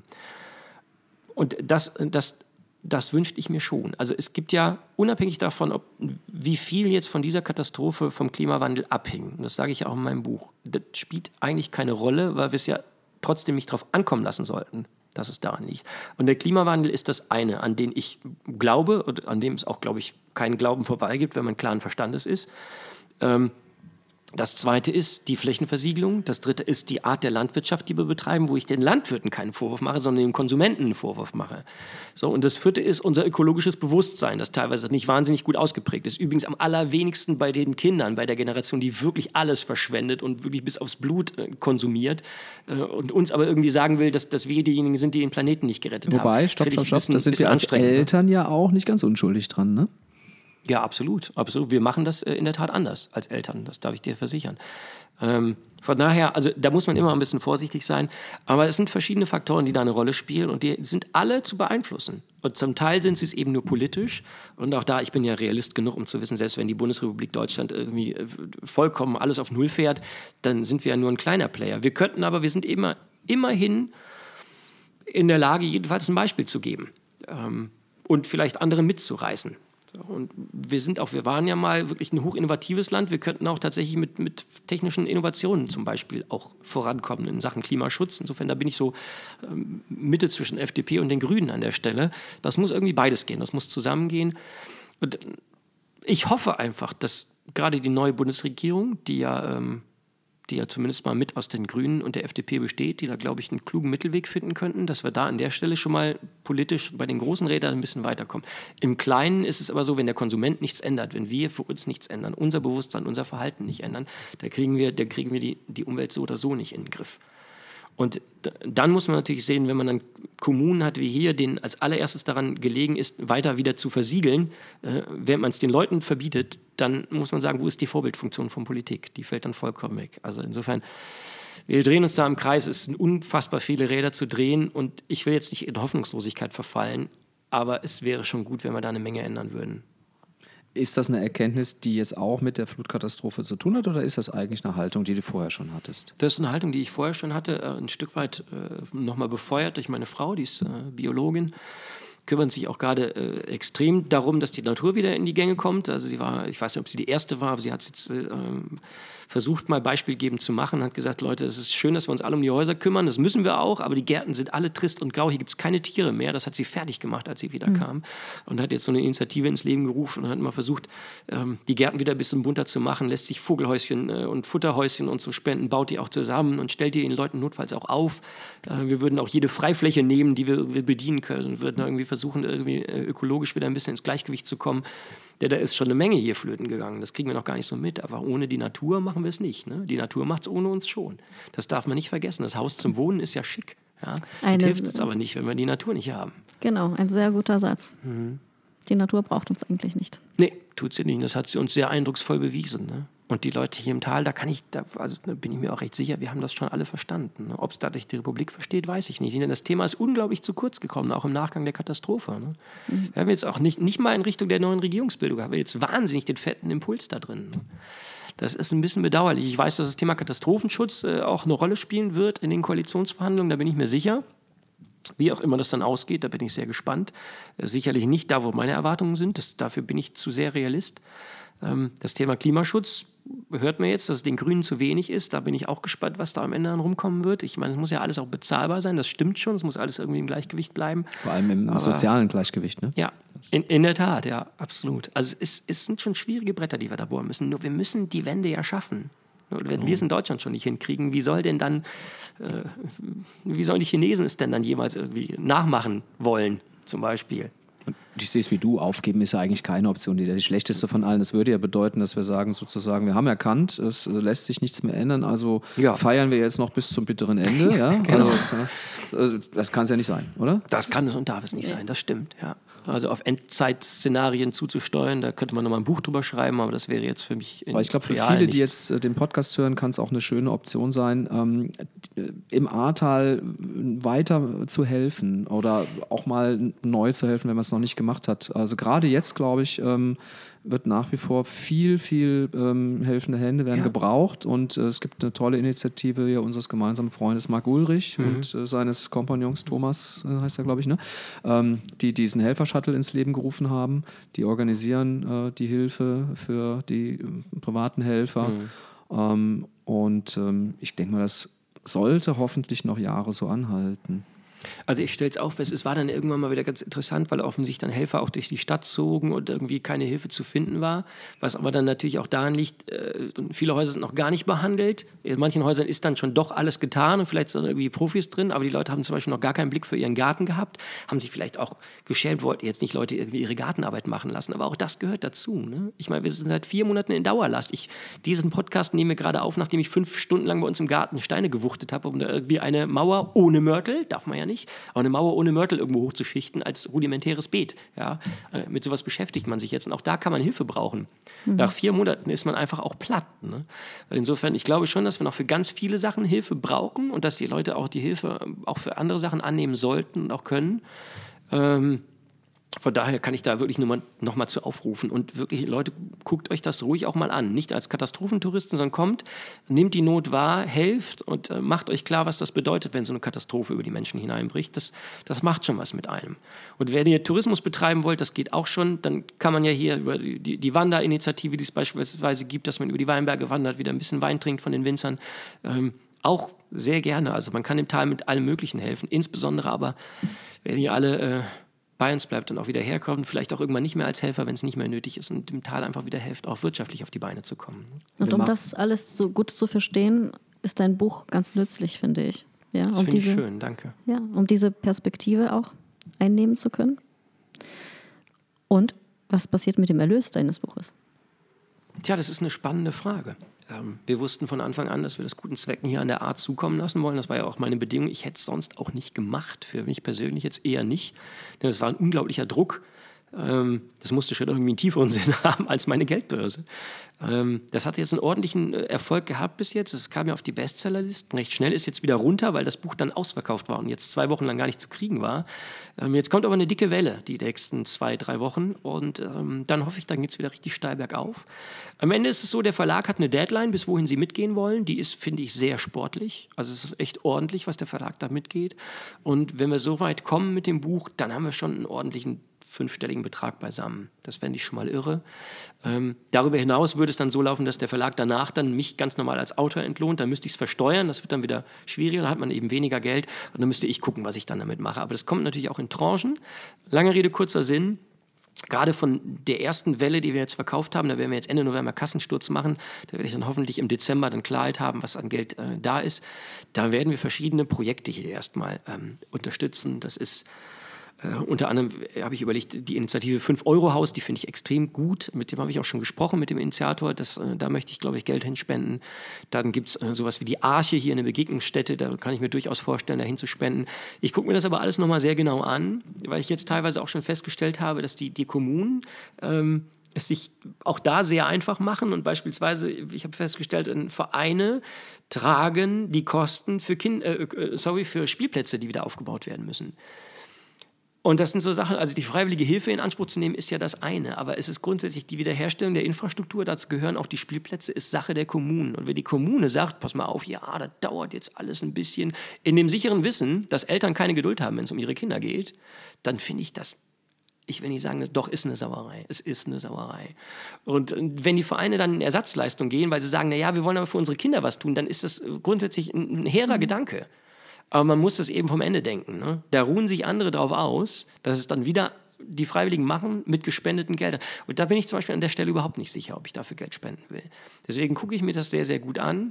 Und das, das, das wünschte ich mir schon. Also es gibt ja, unabhängig davon, ob, wie viel jetzt von dieser Katastrophe vom Klimawandel abhing, und das sage ich auch in meinem Buch, das spielt eigentlich keine Rolle, weil wir es ja trotzdem nicht drauf ankommen lassen sollten, dass es daran liegt. Und der Klimawandel ist das eine, an den ich glaube und an dem es auch, glaube ich, keinen Glauben vorbei gibt, wenn man klaren Verstandes ist. Ähm, das zweite ist die Flächenversiegelung. Das dritte ist die Art der Landwirtschaft, die wir betreiben, wo ich den Landwirten keinen Vorwurf mache, sondern den Konsumenten einen Vorwurf mache. So, und das vierte ist unser ökologisches Bewusstsein, das teilweise nicht wahnsinnig gut ausgeprägt ist. Übrigens am allerwenigsten bei den Kindern, bei der Generation, die wirklich alles verschwendet und wirklich bis aufs Blut äh, konsumiert äh, und uns aber irgendwie sagen will, dass, dass wir diejenigen sind, die den Planeten nicht gerettet Wobei, haben. Wobei, stopp, stopp, stopp, das sind wir als Eltern ja auch nicht ganz unschuldig dran, ne? Ja, absolut, absolut. Wir machen das äh, in der Tat anders als Eltern, das darf ich dir versichern. Ähm, von daher, also da muss man immer ein bisschen vorsichtig sein, aber es sind verschiedene Faktoren, die da eine Rolle spielen und die sind alle zu beeinflussen. Und zum Teil sind sie es eben nur politisch und auch da, ich bin ja Realist genug, um zu wissen, selbst wenn die Bundesrepublik Deutschland irgendwie äh, vollkommen alles auf Null fährt, dann sind wir ja nur ein kleiner Player. Wir könnten aber, wir sind immer, immerhin in der Lage, jedenfalls ein Beispiel zu geben ähm, und vielleicht andere mitzureißen. Und wir sind auch, wir waren ja mal wirklich ein hochinnovatives Land. Wir könnten auch tatsächlich mit, mit technischen Innovationen zum Beispiel auch vorankommen in Sachen Klimaschutz. Insofern, da bin ich so ähm, Mitte zwischen F D P und den Grünen an der Stelle. Das muss irgendwie beides gehen, das muss zusammengehen. Und ich hoffe einfach, dass gerade die neue Bundesregierung, die ja, ähm, die ja zumindest mal mit aus den Grünen und der F D P besteht, die da, glaube ich, einen klugen Mittelweg finden könnten, dass wir da an der Stelle schon mal politisch bei den großen Rädern ein bisschen weiterkommen. Im Kleinen ist es aber so, wenn der Konsument nichts ändert, wenn wir für uns nichts ändern, unser Bewusstsein, unser Verhalten nicht ändern, da kriegen wir, da kriegen wir die, die Umwelt so oder so nicht in den Griff. Und dann muss man natürlich sehen, wenn man dann Kommunen hat wie hier, denen als allererstes daran gelegen ist, weiter wieder zu versiegeln, äh, während man es den Leuten verbietet, dann muss man sagen, wo ist die Vorbildfunktion von Politik? Die fällt dann vollkommen weg. Also insofern, wir drehen uns da im Kreis, es sind unfassbar viele Räder zu drehen und ich will jetzt nicht in Hoffnungslosigkeit verfallen, aber es wäre schon gut, wenn wir da eine Menge ändern würden. Ist das eine Erkenntnis, die jetzt auch mit der Flutkatastrophe zu tun hat, oder ist das eigentlich eine Haltung, die du vorher schon hattest? Das ist eine Haltung, die ich vorher schon hatte, äh, ein Stück weit äh, nochmal befeuert durch meine Frau, die ist äh, Biologin, kümmern sich auch gerade äh, extrem darum, dass die Natur wieder in die Gänge kommt. Also sie war, ich weiß nicht, ob sie die erste war, aber sie hat es jetzt äh, versucht, mal beispielgebend zu machen, hat gesagt, Leute, es ist schön, dass wir uns alle um die Häuser kümmern, das müssen wir auch, aber die Gärten sind alle trist und grau, hier gibt es keine Tiere mehr. Das hat sie fertig gemacht, als sie wieder mhm. kam, und hat jetzt so eine Initiative ins Leben gerufen und hat mal versucht, ähm, die Gärten wieder ein bisschen bunter zu machen, lässt sich Vogelhäuschen äh, und Futterhäuschen und so spenden, baut die auch zusammen und stellt die den Leuten notfalls auch auf. Äh, wir würden auch jede Freifläche nehmen, die wir, wir bedienen können, und würden irgendwie versuchen, irgendwie ökologisch wieder ein bisschen ins Gleichgewicht zu kommen. Ja, da ist schon eine Menge hier flöten gegangen. Das kriegen wir noch gar nicht so mit. Aber ohne die Natur machen wir es nicht. Ne? Die Natur macht es ohne uns schon. Das darf man nicht vergessen. Das Haus zum Wohnen ist ja schick. Ja? Das hilft uns aber nicht, wenn wir die Natur nicht haben. Genau, ein sehr guter Satz. Mhm. Die Natur braucht uns eigentlich nicht. Nee, tut sie nicht. Das hat sie uns sehr eindrucksvoll bewiesen. Ne? Und die Leute hier im Tal, da kann ich, da, also da bin ich mir auch recht sicher, wir haben das schon alle verstanden. Ne? Ob es dadurch die Republik versteht, weiß ich nicht. Denn das Thema ist unglaublich zu kurz gekommen, auch im Nachgang der Katastrophe. Ne? Mhm. Wir haben jetzt auch nicht, nicht mal in Richtung der neuen Regierungsbildung, haben wir jetzt wahnsinnig den fetten Impuls da drin. Ne? Das ist ein bisschen bedauerlich. Ich weiß, dass das Thema Katastrophenschutz äh, auch eine Rolle spielen wird in den Koalitionsverhandlungen, da bin ich mir sicher. Wie auch immer das dann ausgeht, da bin ich sehr gespannt. Äh, sicherlich nicht da, wo meine Erwartungen sind. Das, dafür bin ich zu sehr Realist. Ähm, das Thema Klimaschutz hört mir jetzt, dass es den Grünen zu wenig ist. Da bin ich auch gespannt, was da am Ende dann rumkommen wird. Ich meine, es muss ja alles auch bezahlbar sein. Das stimmt schon. Es muss alles irgendwie im Gleichgewicht bleiben. Vor allem im Aber, sozialen Gleichgewicht, ne? Ja, in, in der Tat, ja, absolut. Also es, es sind schon schwierige Bretter, die wir da bohren müssen. Nur wir müssen die Wende ja schaffen. Wenn wir es in Deutschland schon nicht hinkriegen, wie soll denn dann, äh, wie sollen die Chinesen es denn dann jemals irgendwie nachmachen wollen, zum Beispiel? Und ich sehe es wie du, aufgeben ist ja eigentlich keine Option, die, die schlechteste von allen. Das würde ja bedeuten, dass wir sagen sozusagen, wir haben erkannt, es lässt sich nichts mehr ändern, also ja. feiern wir jetzt noch bis zum bitteren Ende. Ja, genau. also, also, das kann es ja nicht sein, oder? Das kann es und darf es nicht sein, das stimmt, ja. Also auf Endzeitszenarien zuzusteuern, da könnte man nochmal ein Buch drüber schreiben, aber das wäre jetzt für mich in Aber ich glaube, für viele, nichts. die jetzt äh, den Podcast hören, kann es auch eine schöne Option sein, ähm, im Ahrtal weiter zu helfen oder auch mal neu zu helfen, wenn man es noch nicht gemacht hat. Also gerade jetzt, glaube ich, ähm, wird nach wie vor viel, viel ähm, helfende Hände werden ja. gebraucht, und äh, es gibt eine tolle Initiative hier unseres gemeinsamen Freundes Marc Ulrich mhm. und äh, seines Kompagnons Thomas, äh, heißt er, glaube ich, ne? ähm, die diesen Helfer-Shuttle ins Leben gerufen haben. Die organisieren äh, die Hilfe für die äh, privaten Helfer mhm. ähm, und ähm, ich denke mal, das sollte hoffentlich noch Jahre so anhalten. Also ich stelle es auch fest, es war dann irgendwann mal wieder ganz interessant, weil offensichtlich dann Helfer auch durch die Stadt zogen und irgendwie keine Hilfe zu finden war, was aber dann natürlich auch daran liegt, äh, viele Häuser sind noch gar nicht behandelt, in manchen Häusern ist dann schon doch alles getan und vielleicht sind irgendwie Profis drin, aber die Leute haben zum Beispiel noch gar keinen Blick für ihren Garten gehabt, haben sich vielleicht auch geschämt, wollten jetzt nicht Leute irgendwie ihre Gartenarbeit machen lassen, aber auch das gehört dazu. Ne? Ich meine, wir sind seit vier Monaten in Dauerlast. Ich, diesen Podcast nehme ich gerade auf, nachdem ich fünf Stunden lang bei uns im Garten Steine gewuchtet habe, um da irgendwie eine Mauer ohne Mörtel, darf man ja nicht, aber eine Mauer ohne Mörtel irgendwo hochzuschichten als rudimentäres Beet. Ja? Mit sowas beschäftigt man sich jetzt und auch da kann man Hilfe brauchen. Mhm. Nach vier Monaten ist man einfach auch platt. Ne? Insofern, ich glaube schon, dass wir noch für ganz viele Sachen Hilfe brauchen und dass die Leute auch die Hilfe auch für andere Sachen annehmen sollten und auch können. Ähm, Von daher kann ich da wirklich nur mal, noch mal zu aufrufen. Und wirklich, Leute, guckt euch das ruhig auch mal an. Nicht als Katastrophentouristen, sondern kommt, nehmt die Not wahr, helft und äh, macht euch klar, was das bedeutet, wenn so eine Katastrophe über die Menschen hineinbricht. Das, das macht schon was mit einem. Und wenn ihr Tourismus betreiben wollt, das geht auch schon, dann kann man ja hier über die, die Wanderinitiative, die es beispielsweise gibt, dass man über die Weinberge wandert, wieder ein bisschen Wein trinkt von den Winzern, ähm, auch sehr gerne. Also man kann im Tal mit allem Möglichen helfen. Insbesondere aber, wenn ihr alle... Äh, bei uns bleibt und auch wieder herkommt, vielleicht auch irgendwann nicht mehr als Helfer, wenn es nicht mehr nötig ist und dem Tal einfach wieder hilft, auch wirtschaftlich auf die Beine zu kommen. Und um das alles so gut zu verstehen, ist dein Buch ganz nützlich, finde ich. Ja, das um finde ich diese, schön, danke. Ja, um diese Perspektive auch einnehmen zu können. Und was passiert mit dem Erlös deines Buches? Tja, das ist eine spannende Frage. Ähm, wir wussten von Anfang an, dass wir das guten Zwecken hier an der Art zukommen lassen wollen. Das war ja auch meine Bedingung. Ich hätte es sonst auch nicht gemacht. Für mich persönlich jetzt eher nicht. Denn es war ein unglaublicher Druck, Ähm, das musste schon irgendwie einen tieferen Sinn haben als meine Geldbörse. Ähm, das hat jetzt einen ordentlichen Erfolg gehabt bis jetzt. Es kam ja auf die Bestsellerlisten recht schnell, ist jetzt wieder runter, weil das Buch dann ausverkauft war und jetzt zwei Wochen lang gar nicht zu kriegen war. Ähm, jetzt kommt aber eine dicke Welle die nächsten zwei, drei Wochen und ähm, dann hoffe ich, dann geht es wieder richtig steil bergauf. Am Ende ist es so, der Verlag hat eine Deadline, bis wohin sie mitgehen wollen. Die ist, finde ich, sehr sportlich. Also es ist echt ordentlich, was der Verlag da mitgeht. Und wenn wir so weit kommen mit dem Buch, dann haben wir schon einen ordentlichen fünfstelligen Betrag beisammen. Das fände ich schon mal irre. Ähm, darüber hinaus würde es dann so laufen, dass der Verlag danach dann mich ganz normal als Autor entlohnt. Dann müsste ich es versteuern. Das wird dann wieder schwieriger. Dann hat man eben weniger Geld. Und dann müsste ich gucken, was ich dann damit mache. Aber das kommt natürlich auch in Tranchen. Lange Rede, kurzer Sinn. Gerade von der ersten Welle, die wir jetzt verkauft haben, da werden wir jetzt Ende November Kassensturz machen. Da werde ich dann hoffentlich im Dezember dann Klarheit haben, was an Geld äh, da ist. Da werden wir verschiedene Projekte hier erstmal ähm, unterstützen. Das ist Uh, unter anderem habe ich überlegt, die Initiative fünf-Euro-Haus, die finde ich extrem gut. Mit dem habe ich auch schon gesprochen, mit dem Initiator. Das, uh, da möchte ich, glaube ich, Geld hinspenden. Dann gibt es uh, sowas wie die Arche hier, eine Begegnungsstätte. Da kann ich mir durchaus vorstellen, dahin zu spenden. Ich gucke mir das aber alles nochmal sehr genau an, weil ich jetzt teilweise auch schon festgestellt habe, dass die, die Kommunen ähm, es sich auch da sehr einfach machen. Und beispielsweise, ich habe festgestellt, Vereine tragen die Kosten für, kind, äh, sorry, für Spielplätze, die wieder aufgebaut werden müssen. Und das sind so Sachen, also die freiwillige Hilfe in Anspruch zu nehmen, ist ja das eine. Aber es ist grundsätzlich die Wiederherstellung der Infrastruktur, dazu gehören auch die Spielplätze, ist Sache der Kommunen. Und wenn die Kommune sagt, pass mal auf, ja, das dauert jetzt alles ein bisschen, in dem sicheren Wissen, dass Eltern keine Geduld haben, wenn es um ihre Kinder geht, dann finde ich das, ich will nicht sagen, das doch ist eine Sauerei. Es ist eine Sauerei. Und wenn die Vereine dann in Ersatzleistung gehen, weil sie sagen, na ja, wir wollen aber für unsere Kinder was tun, dann ist das grundsätzlich ein, ein hehrer mhm. Gedanke. Aber man muss das eben vom Ende denken. Ne? Da ruhen sich andere drauf aus, dass es dann wieder die Freiwilligen machen mit gespendeten Geldern. Und da bin ich zum Beispiel an der Stelle überhaupt nicht sicher, ob ich dafür Geld spenden will. Deswegen gucke ich mir das sehr, sehr gut an.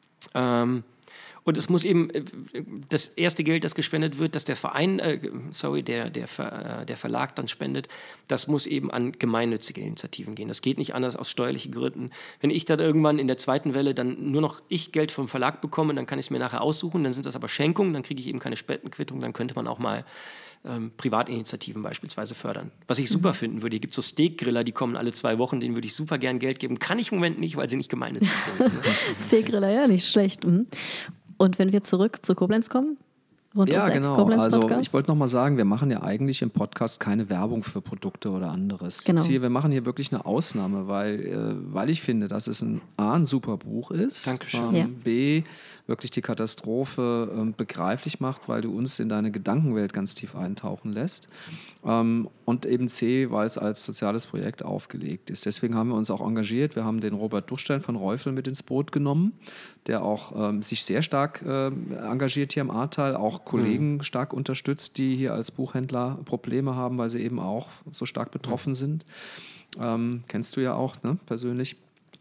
Ähm, und es muss eben das erste Geld, das gespendet wird, das der Verein, äh, sorry, der, der, Ver, äh, der Verlag dann spendet, das muss eben an gemeinnützige Initiativen gehen. Das geht nicht anders aus steuerlichen Gründen. Wenn ich dann irgendwann in der zweiten Welle dann nur noch ich Geld vom Verlag bekomme, dann kann ich es mir nachher aussuchen, dann sind das aber Schenkungen, dann kriege ich eben keine Spendenquittung, dann könnte man auch mal ähm, Privatinitiativen beispielsweise fördern. Was ich super mhm. finden würde, hier gibt es so Steakgriller, die kommen alle zwei Wochen, denen würde ich super gern Geld geben. Kann ich im Moment nicht, weil sie nicht gemeinnützig sind. Ne? Steakgriller, ja, nicht schlecht. Mhm. Und wenn wir zurück zu Koblenz kommen? Rund ja, ums Eck, genau. Koblenz also Podcast? ich wollte noch mal sagen, wir machen ja eigentlich im Podcast keine Werbung für Produkte oder anderes. Genau. Hier, wir machen hier wirklich eine Ausnahme, weil, äh, weil ich finde, dass es ein A, ein super Buch ist. Dankeschön. Ähm, Ja. B, wirklich die Katastrophe ähm, begreiflich macht, weil du uns in deine Gedankenwelt ganz tief eintauchen lässt. Ähm, und eben C, weil es als soziales Projekt aufgelegt ist. Deswegen haben wir uns auch engagiert. Wir haben den Robert Duchstein von Reufel mit ins Boot genommen, der auch ähm, sich sehr stark ähm, engagiert hier im Ahrtal, auch Kollegen mhm. stark unterstützt, die hier als Buchhändler Probleme haben, weil sie eben auch so stark betroffen mhm. sind. Ähm, kennst du ja auch, ne, persönlich.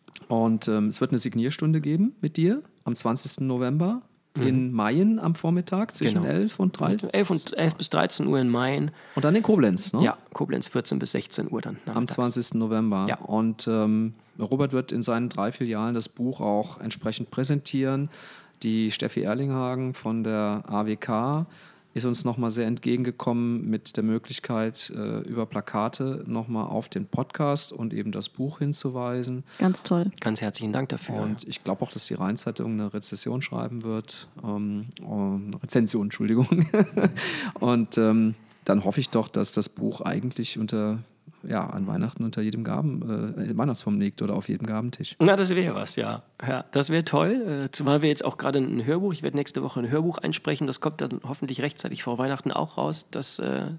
Und ähm, es wird eine Signierstunde geben mit dir am zwanzigsten November mhm. in Mayen am Vormittag zwischen genau. elf und dreizehn. elf, und, elf bis dreizehn Uhr in Mayen. Und dann in Koblenz, ne? Ja, Koblenz vierzehn bis sechzehn Uhr dann. Nachmittags. Am zwanzigsten November. Ja. Und ähm, Robert wird in seinen drei Filialen das Buch auch entsprechend präsentieren. Die Steffi Erlinghagen von der A W K ist uns nochmal sehr entgegengekommen mit der Möglichkeit, äh, über Plakate nochmal auf den Podcast und eben das Buch hinzuweisen. Ganz toll. Ganz herzlichen Dank dafür. Und ich glaube auch, dass die Rheinzeitung eine Rezession schreiben wird. Ähm, eine Rezension, Entschuldigung. Und ähm, dann hoffe ich doch, dass das Buch eigentlich unter... ja, an Weihnachten unter jedem Gaben, äh, Weihnachtsbaum liegt oder auf jedem Gabentisch. Na, das wäre was, ja. ja das wäre toll. Äh, zumal wir jetzt auch gerade ein Hörbuch, ich werde nächste Woche ein Hörbuch einsprechen, das kommt dann hoffentlich rechtzeitig vor Weihnachten auch raus. Das äh,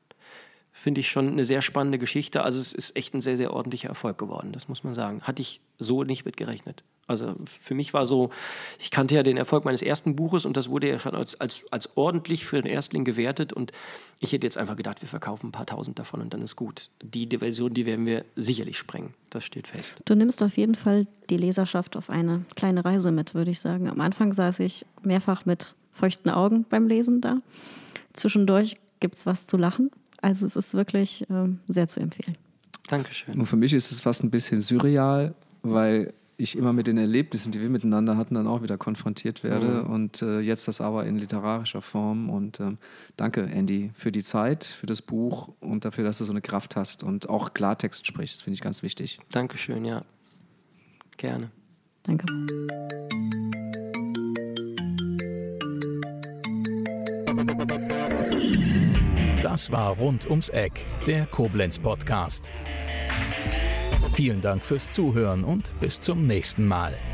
finde ich schon eine sehr spannende Geschichte. Also es ist echt ein sehr, sehr ordentlicher Erfolg geworden, das muss man sagen. Hatte ich so nicht mit gerechnet. Also für mich war so, ich kannte ja den Erfolg meines ersten Buches und das wurde ja schon als, als, als ordentlich für den Erstling gewertet und ich hätte jetzt einfach gedacht, wir verkaufen ein paar tausend davon und dann ist gut. Die, die Version, die werden wir sicherlich sprengen, das steht fest. Du nimmst auf jeden Fall die Leserschaft auf eine kleine Reise mit, würde ich sagen. Am Anfang saß ich mehrfach mit feuchten Augen beim Lesen da. Zwischendurch gibt es was zu lachen. Also es ist wirklich ähm, sehr zu empfehlen. Dankeschön. Und für mich ist es fast ein bisschen surreal, weil ich immer mit den Erlebnissen, die wir miteinander hatten, dann auch wieder konfrontiert werde. Mhm. Und äh, jetzt das aber in literarischer Form. Und ähm, danke, Andy, für die Zeit, für das Buch und dafür, dass du so eine Kraft hast und auch Klartext sprichst. Finde ich ganz wichtig. Dankeschön, ja. Gerne. Danke. Das war Rund ums Eck, der Koblenz-Podcast. Vielen Dank fürs Zuhören und bis zum nächsten Mal.